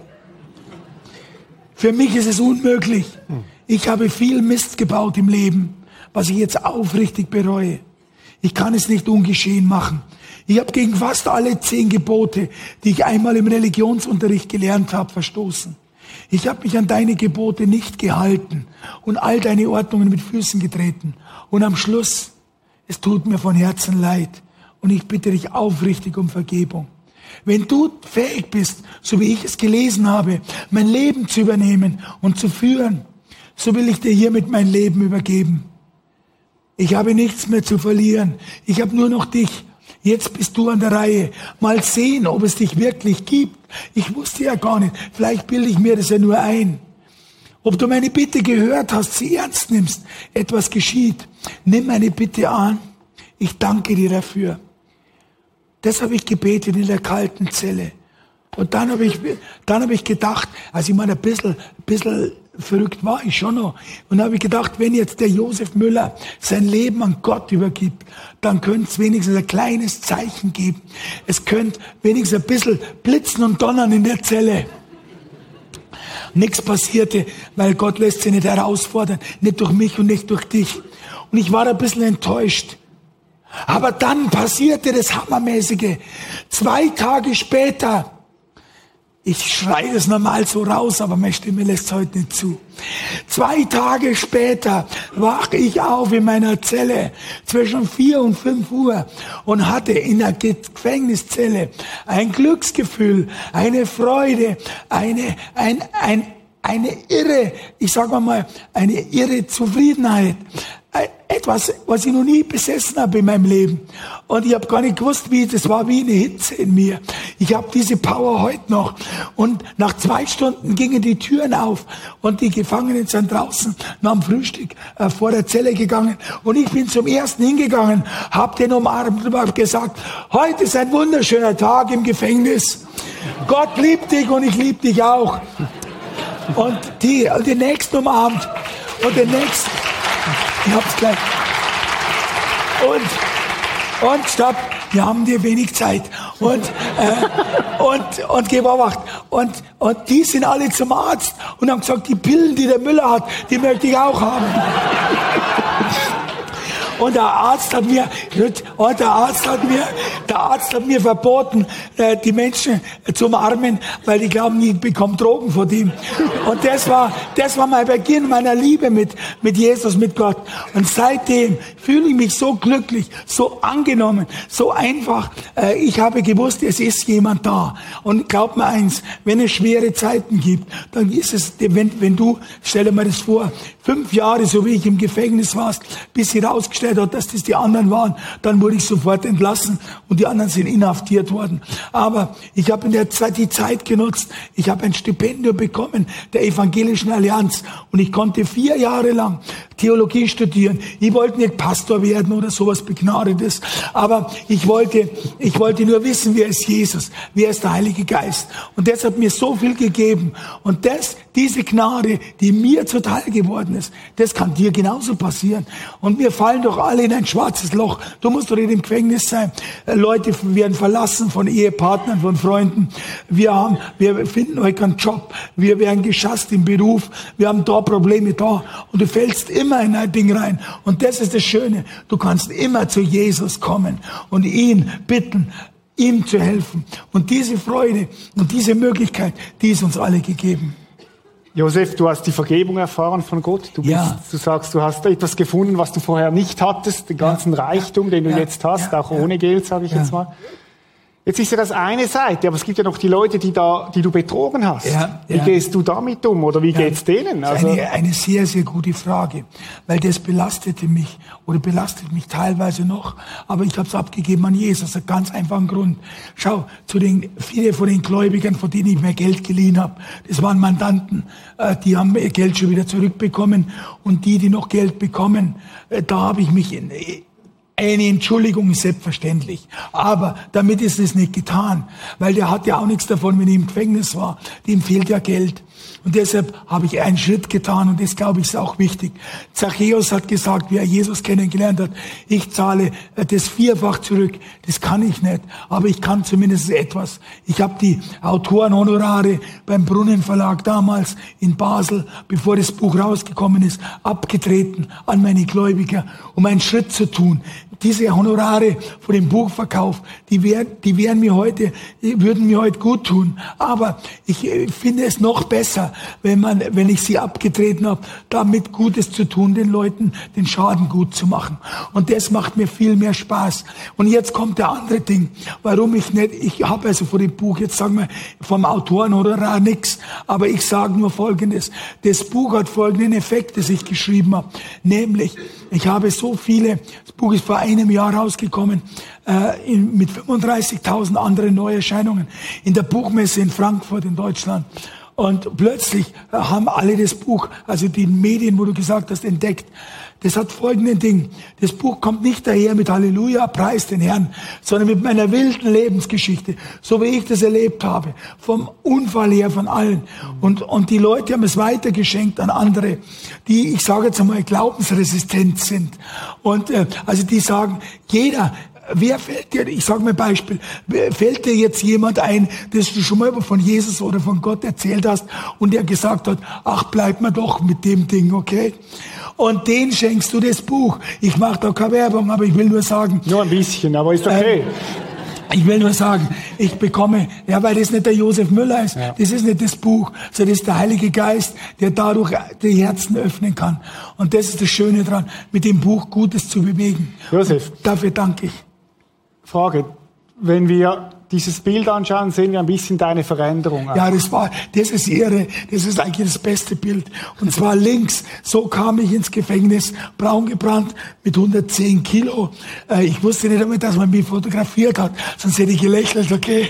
[SPEAKER 3] Für mich ist es unmöglich. Ich habe viel Mist gebaut im Leben, was ich jetzt aufrichtig bereue. Ich kann es nicht ungeschehen machen. Ich habe gegen fast alle 10 Gebote, die ich einmal im Religionsunterricht gelernt habe, verstoßen. Ich habe mich an deine Gebote nicht gehalten und all deine Ordnungen mit Füßen getreten. Und am Schluss, es tut mir von Herzen leid und ich bitte dich aufrichtig um Vergebung. Wenn du fähig bist, so wie ich es gelesen habe, mein Leben zu übernehmen und zu führen, so will ich dir hiermit mein Leben übergeben. Ich habe nichts mehr zu verlieren. Ich habe nur noch dich. Jetzt bist du an der Reihe. Mal sehen, ob es dich wirklich gibt. Ich wusste ja gar nicht. Vielleicht bilde ich mir das ja nur ein. Ob du meine Bitte gehört hast, sie ernst nimmst, etwas geschieht. Nimm meine Bitte an. Ich danke dir dafür. Das habe ich gebetet in der kalten Zelle. Und dann habe ich gedacht, als ich mal ein bisschen verrückt war ich schon noch. Und habe ich gedacht, wenn jetzt der Josef Müller sein Leben an Gott übergibt, dann könnte es wenigstens ein kleines Zeichen geben. Es könnte wenigstens ein bisschen blitzen und donnern in der Zelle. Nichts passierte, weil Gott lässt sich nicht herausfordern. Nicht durch mich und nicht durch dich. Und ich war ein bisschen enttäuscht. Aber dann passierte das Hammermäßige. 2 Tage später, ich schreie das normal so raus, aber meine Stimme lässt es heute nicht zu. 2 Tage später wache ich auf in meiner Zelle zwischen 4 und 5 Uhr und hatte in der Gefängniszelle ein Glücksgefühl, eine Freude, eine irre, ich sag mal, eine irre Zufriedenheit. Etwas, was ich noch nie besessen habe in meinem Leben. Und ich habe gar nicht gewusst, das war wie eine Hitze in mir. Ich habe diese Power heute noch. Und nach 2 Stunden gingen die Türen auf und die Gefangenen sind draußen nach dem Frühstück vor der Zelle gegangen. Und ich bin zum ersten hingegangen, habe den umarmt und habe gesagt, heute ist ein wunderschöner Tag im Gefängnis. Gott liebt dich und ich liebe dich auch. Und den nächsten umarmt und den nächsten. Ich hab's gleich. Und stopp, wir haben dir wenig Zeit. Und gewacht. Und die sind alle zum Arzt und haben gesagt, die Pillen, die der Müller hat, die möchte ich auch haben. Und der Arzt hat mir verboten, die Menschen zu umarmen, weil die glauben, ich bekomme Drogen von ihm. Und das war mein Beginn meiner Liebe mit Jesus, mit Gott. Und seitdem fühle ich mich so glücklich, so angenommen, so einfach. Ich habe gewusst, es ist jemand da. Und glaub mir eins, wenn es schwere Zeiten gibt, dann ist es, wenn du, stell dir mal das vor, 5 Jahre, so wie ich im Gefängnis war, bis sie rausgestellt hat, dass das die anderen waren, dann wurde ich sofort entlassen und die anderen sind inhaftiert worden. Aber ich habe in der Zeit die Zeit genutzt. Ich habe ein Stipendium bekommen der Evangelischen Allianz und ich konnte 4 Jahre lang Theologie studieren. Ich wollte nicht Pastor werden oder sowas Begnadetes, aber ich wollte nur wissen, wer ist Jesus, wer ist der Heilige Geist. Und das hat mir so viel gegeben. Und diese Gnade, die mir zuteil geworden ist, das kann dir genauso passieren. Und wir fallen doch alle in ein schwarzes Loch. Du musst doch nicht im Gefängnis sein. Leute werden verlassen von Ehepartnern, von Freunden. Wir finden heute keinen Job. Wir werden geschasst im Beruf. Wir haben da Probleme da. Und du fällst immer in ein Ding rein. Und das ist das Schöne. Du kannst immer zu Jesus kommen und ihn bitten, ihm zu helfen. Und diese Freude und diese Möglichkeit, die ist uns alle gegeben.
[SPEAKER 2] Josef, du hast die Vergebung erfahren von Gott. Du sagst, du hast etwas gefunden, was du vorher nicht hattest, den ganzen Reichtum, den du jetzt hast, auch ohne Geld, sage ich jetzt mal. Jetzt ist ja das eine Seite, aber es gibt ja noch die Leute, die du betrogen hast. Wie gehst du damit um oder wie geht's denen?
[SPEAKER 3] Also eine sehr, sehr gute Frage, weil das belastet mich teilweise noch, aber ich habe es abgegeben an Jesus, aus einem ganz einfachen Grund. Schau, viele von den Gläubigern, von denen ich mir Geld geliehen habe, das waren Mandanten, die haben ihr Geld schon wieder zurückbekommen und die noch Geld bekommen, da habe ich mich eine Entschuldigung ist selbstverständlich. Aber damit ist es nicht getan. Weil der hat ja auch nichts davon, wenn er im Gefängnis war. Dem fehlt ja Geld. Und deshalb habe ich einen Schritt getan und das, glaube ich, ist auch wichtig. Zachäus hat gesagt, wie er Jesus kennengelernt hat, ich zahle das 4-fach zurück. Das kann ich nicht, aber ich kann zumindest etwas. Ich habe die Autorenhonorare beim Brunnenverlag damals in Basel, bevor das Buch rausgekommen ist, abgetreten an meine Gläubiger, um einen Schritt zu tun. Diese Honorare von dem Buchverkauf, die würden mir heute gut tun. Aber ich finde es noch besser, wenn ich sie abgetreten habe, damit Gutes zu tun, den Leuten den Schaden gut zu machen. Und das macht mir viel mehr Spaß. Und jetzt kommt der andere Ding, warum ich habe also vor dem Buch, jetzt sagen wir, vom Autorenhonorar nichts, aber ich sage nur Folgendes. Das Buch hat folgenden Effekt, das ich geschrieben habe. Nämlich, ich habe so viele, das Buch ist vor einem Jahr rausgekommen, mit 35.000 anderen Neuerscheinungen in der Buchmesse in Frankfurt in Deutschland. Und plötzlich haben alle das Buch, also die Medien, wo du gesagt hast, entdeckt. Das hat folgenden Ding. Das Buch kommt nicht daher mit Halleluja, preis den Herrn, sondern mit meiner wilden Lebensgeschichte, so wie ich das erlebt habe, vom Unfall her, von allen. Und die Leute haben es weitergeschenkt an andere, die, ich sage jetzt einmal, glaubensresistent sind. Und also die sagen, jeder wer fällt dir, ich sage mal ein Beispiel, fällt dir jetzt jemand ein, dass du schon mal von Jesus oder von Gott erzählt hast und der gesagt hat, ach, bleib mal doch mit dem Ding, okay? Und den schenkst du das Buch. Ich mache da keine Werbung, aber ich will nur sagen.
[SPEAKER 2] Nur ein bisschen, aber ist okay.
[SPEAKER 3] Ich will nur sagen, ich bekomme, ja, weil das nicht der Josef Müller ist, das ist nicht das Buch, sondern das ist der Heilige Geist, der dadurch die Herzen öffnen kann. Und das ist das Schöne dran, mit dem Buch Gutes zu bewegen.
[SPEAKER 2] Josef.
[SPEAKER 3] Und dafür danke ich.
[SPEAKER 2] Frage, wenn wir dieses Bild anschauen, sehen wir ein bisschen deine Veränderung.
[SPEAKER 3] Ja, das ist irre. Das ist eigentlich das beste Bild. Und zwar links. So kam ich ins Gefängnis, braun gebrannt, mit 110 Kilo. Ich wusste nicht einmal, dass man mich fotografiert hat. Sonst hätte ich gelächelt, okay?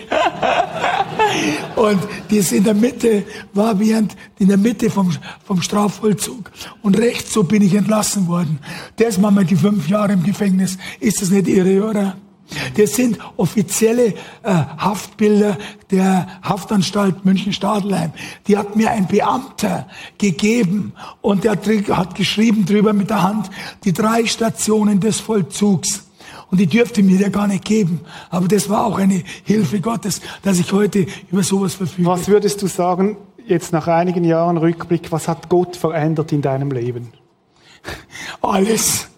[SPEAKER 3] Und das in der Mitte war in der Mitte vom Strafvollzug. Und rechts, so bin ich entlassen worden. Das machen wir die 5 Jahre im Gefängnis. Ist das nicht irre, oder? Das sind offizielle Haftbilder der Haftanstalt München-Stadelheim. Die hat mir ein Beamter gegeben und der hat geschrieben drüber mit der Hand, die 3 Stationen des Vollzugs. Und die dürfte mir ja gar nicht geben. Aber das war auch eine Hilfe Gottes, dass ich heute über sowas verfüge.
[SPEAKER 2] Was würdest du sagen, jetzt nach einigen Jahren Rückblick, was hat Gott verändert in deinem Leben?
[SPEAKER 3] Alles.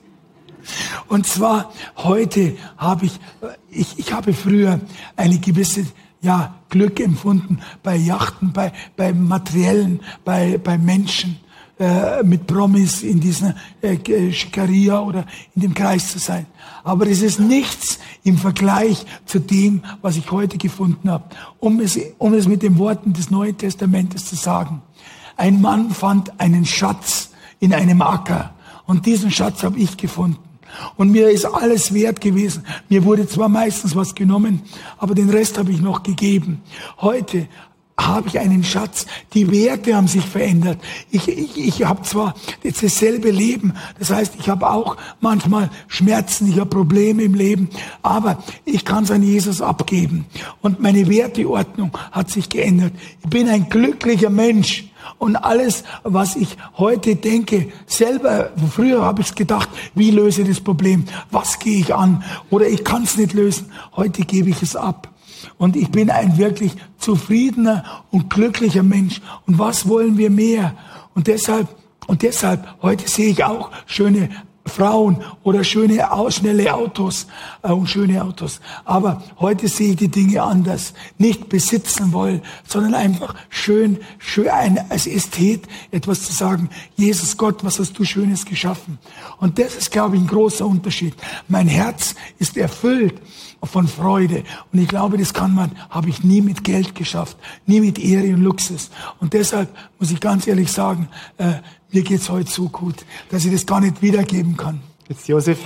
[SPEAKER 3] Und zwar heute habe ich habe früher eine gewisse Glück empfunden bei Yachten, bei Materiellen, bei Menschen, mit Promis in dieser Schikaria oder in dem Kreis zu sein. Aber es ist nichts im Vergleich zu dem, was ich heute gefunden habe. Um es mit den Worten des Neuen Testamentes zu sagen. Ein Mann fand einen Schatz in einem Acker und diesen Schatz habe ich gefunden. Und mir ist alles wert gewesen. Mir wurde zwar meistens was genommen, aber den Rest habe ich noch gegeben. Heute habe ich einen Schatz. Die Werte haben sich verändert. Ich habe zwar jetzt dasselbe Leben, das heißt, ich habe auch manchmal Schmerzen, ich habe Probleme im Leben, aber ich kann es an Jesus abgeben. Und meine Werteordnung hat sich geändert. Ich bin ein glücklicher Mensch. Und alles, was ich heute denke, selber, früher habe ich gedacht, wie löse ich das Problem? Was gehe ich an? Oder ich kann es nicht lösen. Heute gebe ich es ab. Und ich bin ein wirklich zufriedener und glücklicher Mensch. Und was wollen wir mehr? Und deshalb, heute sehe ich auch schöne Frauen oder schnelle Autos und schöne Autos. Aber heute sehe ich die Dinge anders. Nicht besitzen wollen, sondern einfach schön als Ästhet etwas zu sagen. Jesus Gott, was hast du Schönes geschaffen? Und das ist, glaube ich, ein großer Unterschied. Mein Herz ist erfüllt von Freude. Und ich glaube, habe ich nie mit Geld geschafft, nie mit Ehre und Luxus. Und deshalb muss ich ganz ehrlich sagen, mir geht's heute so gut, dass ich das gar nicht wiedergeben kann.
[SPEAKER 2] Jetzt, Josef,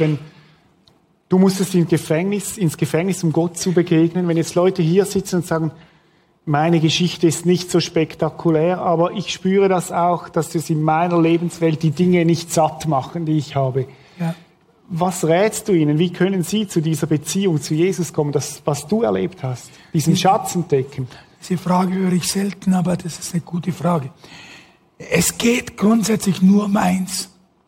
[SPEAKER 2] du musstest ins Gefängnis, um Gott zu begegnen. Wenn jetzt Leute hier sitzen und sagen, meine Geschichte ist nicht so spektakulär, aber ich spüre das auch, dass es in meiner Lebenswelt die Dinge nicht satt machen, die ich habe.
[SPEAKER 3] Ja.
[SPEAKER 2] Was rätst du ihnen? Wie können sie zu dieser Beziehung zu Jesus kommen, das, was du erlebt hast, diesen Schatz entdecken?
[SPEAKER 3] Diese Frage höre ich selten, aber das ist eine gute Frage. Es geht grundsätzlich nur um eins,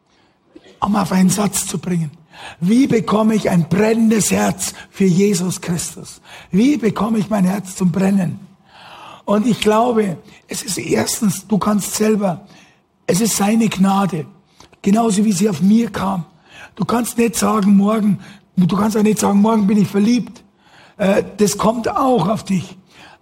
[SPEAKER 3] um auf einen Satz zu bringen. Wie bekomme ich ein brennendes Herz für Jesus Christus? Wie bekomme ich mein Herz zum Brennen? Und ich glaube, es ist erstens, du kannst selber, es ist seine Gnade, genauso wie sie auf mir kam. Du kannst auch nicht sagen, morgen bin ich verliebt. Das kommt auch auf dich.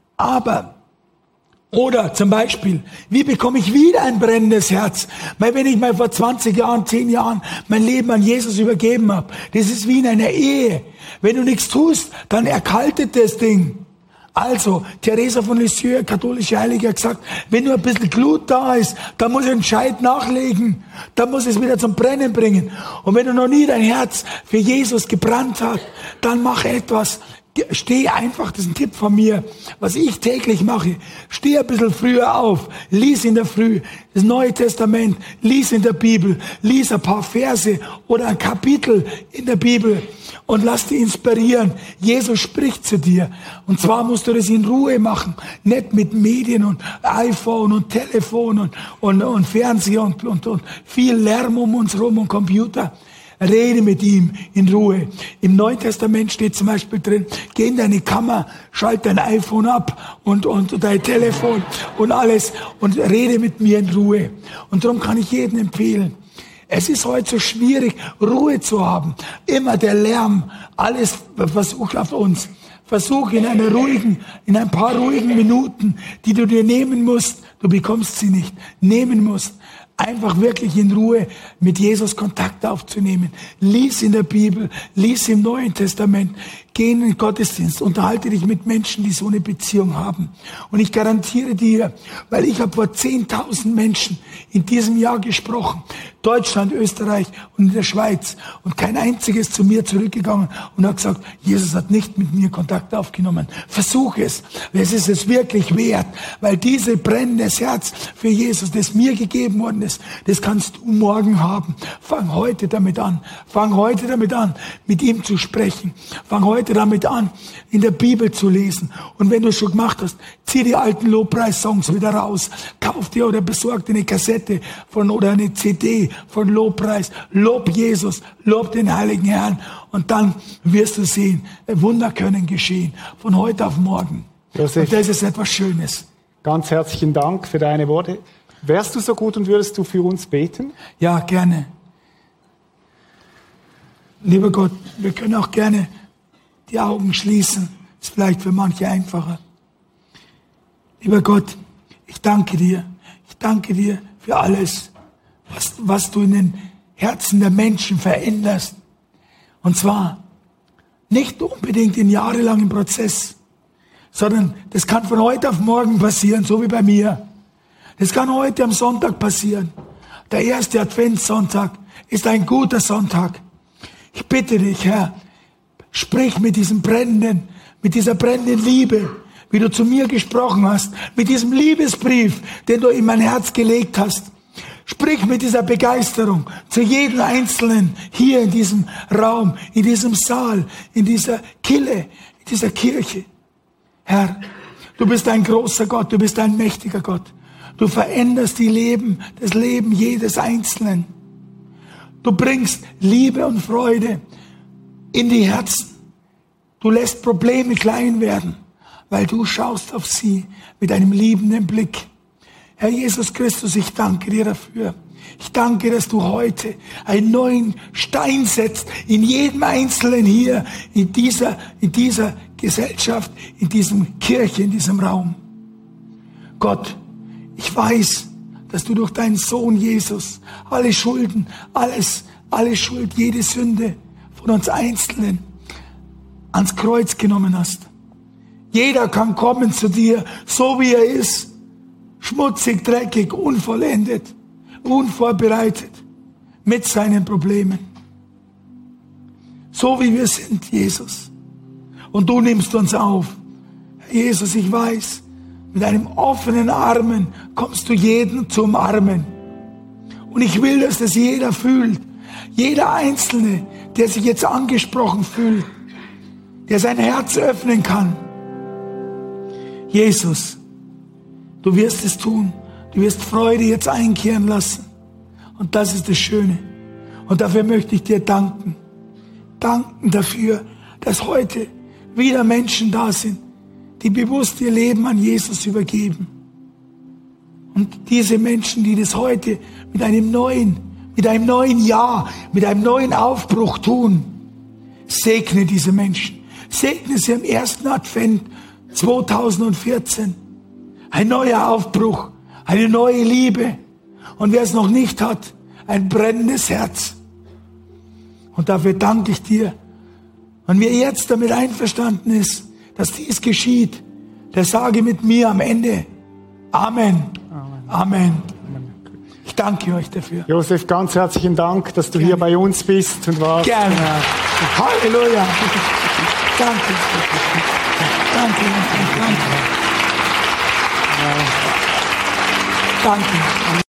[SPEAKER 3] Oder zum Beispiel, wie bekomme ich wieder ein brennendes Herz? Weil wenn ich mal vor 20 Jahren, 10 Jahren mein Leben an Jesus übergeben habe, das ist wie in einer Ehe. Wenn du nichts tust, dann erkaltet das Ding. Also, Teresa von Lisieux, katholische Heilige, hat gesagt, wenn nur ein bisschen Glut da ist, dann muss ein Scheit nachlegen. Dann muss es wieder zum Brennen bringen. Und wenn du noch nie dein Herz für Jesus gebrannt hast, dann mach etwas. Steh einfach, das ist ein Tipp von mir, was ich täglich mache. Steh ein bisschen früher auf, lies in der Früh das Neue Testament, lies in der Bibel, lies ein paar Verse oder ein Kapitel in der Bibel und lass dich inspirieren. Jesus spricht zu dir. Und zwar musst du das in Ruhe machen, nicht mit Medien und iPhone und Telefon und Fernseher und viel Lärm um uns rum und Computer. Rede mit ihm in Ruhe. Im Neuen Testament steht zum Beispiel drin, geh in deine Kammer, schalt dein iPhone ab und dein Telefon und alles und rede mit mir in Ruhe. Und darum kann ich jedem empfehlen, es ist heute so schwierig, Ruhe zu haben. Immer der Lärm, alles versucht auf uns. Versuch in ein paar ruhigen Minuten, die du dir nehmen musst, du bekommst sie nicht, nehmen musst, einfach wirklich in Ruhe mit Jesus Kontakt aufzunehmen. Lies in der Bibel, lies im Neuen Testament, geh in den Gottesdienst, unterhalte dich mit Menschen, die so eine Beziehung haben. Und ich garantiere dir, weil ich habe vor 10.000 Menschen in diesem Jahr gesprochen, Deutschland, Österreich und in der Schweiz, und kein einziges zu mir zurückgegangen und hat gesagt, Jesus hat nicht mit mir Kontakt aufgenommen. Versuch es, es ist es wirklich wert, weil diese brennendes Herz für Jesus, das mir gegeben worden ist, das kannst du morgen haben. Fang heute damit an. Fang heute damit an, mit ihm zu sprechen. Fang heute damit an, in der Bibel zu lesen. Und wenn du es schon gemacht hast, zieh die alten Lobpreis-Songs wieder raus. Kauf dir oder besorg dir eine Kassette oder eine CD von Lobpreis. Lob Jesus, lob den heiligen Herrn. Und dann wirst du sehen, Wunder können geschehen. Von heute auf morgen.
[SPEAKER 2] Josef,
[SPEAKER 3] und das ist etwas Schönes.
[SPEAKER 2] Ganz herzlichen Dank für deine Worte. Wärst du so gut und würdest du für uns beten?
[SPEAKER 3] Ja, gerne. Lieber Gott, wir können auch gerne die Augen schließen. Ist vielleicht für manche einfacher. Lieber Gott, ich danke dir. Ich danke dir für alles, was du in den Herzen der Menschen veränderst. Und zwar nicht unbedingt in jahrelangem Prozess, sondern das kann von heute auf morgen passieren, so wie bei mir. Das kann heute am Sonntag passieren. Der erste Adventssonntag ist ein guter Sonntag. Ich bitte dich, Herr, sprich mit dieser brennenden Liebe, wie du zu mir gesprochen hast, mit diesem Liebesbrief, den du in mein Herz gelegt hast. Sprich mit dieser Begeisterung zu jedem Einzelnen hier in diesem Raum, in diesem Saal, in dieser Kille, in dieser Kirche. Herr, du bist ein großer Gott, du bist ein mächtiger Gott. Du veränderst das Leben jedes Einzelnen. Du bringst Liebe und Freude in die Herzen. Du lässt Probleme klein werden, weil du schaust auf sie mit einem liebenden Blick. Herr Jesus Christus, ich danke dir dafür. Ich danke, dass du heute einen neuen Stein setzt in jedem Einzelnen hier, in dieser Gesellschaft, in diesem Kirche, in diesem Raum. Gott, ich weiß, dass du durch deinen Sohn Jesus alle Schulden, alle Schuld, jede Sünde von uns Einzelnen ans Kreuz genommen hast. Jeder kann kommen zu dir, so wie er ist, schmutzig, dreckig, unvollendet, unvorbereitet, mit seinen Problemen. So wie wir sind, Jesus. Und du nimmst uns auf. Jesus, ich weiß, mit einem offenen Armen kommst du jeden zu umarmen. Und ich will, dass das jeder fühlt. Jeder Einzelne, der sich jetzt angesprochen fühlt, der sein Herz öffnen kann. Jesus, du wirst es tun. Du wirst Freude jetzt einkehren lassen. Und das ist das Schöne. Und dafür möchte ich dir danken. Danken dafür, dass heute wieder Menschen da sind, die bewusst ihr Leben an Jesus übergeben. Und diese Menschen, die das heute mit einem neuen Jahr, mit einem neuen Aufbruch tun, segne diese Menschen. Segne sie am ersten Advent 2014. Ein neuer Aufbruch, eine neue Liebe. Und wer es noch nicht hat, ein brennendes Herz. Und dafür danke ich dir. Und wer jetzt damit einverstanden ist, dass dies geschieht, der sage mit mir am Ende Amen. Amen. Amen. Ich danke euch dafür.
[SPEAKER 2] Josef, ganz herzlichen Dank, dass du hier bei uns bist und warst.
[SPEAKER 3] Gerne. Halleluja. Danke. Danke. Danke. Danke.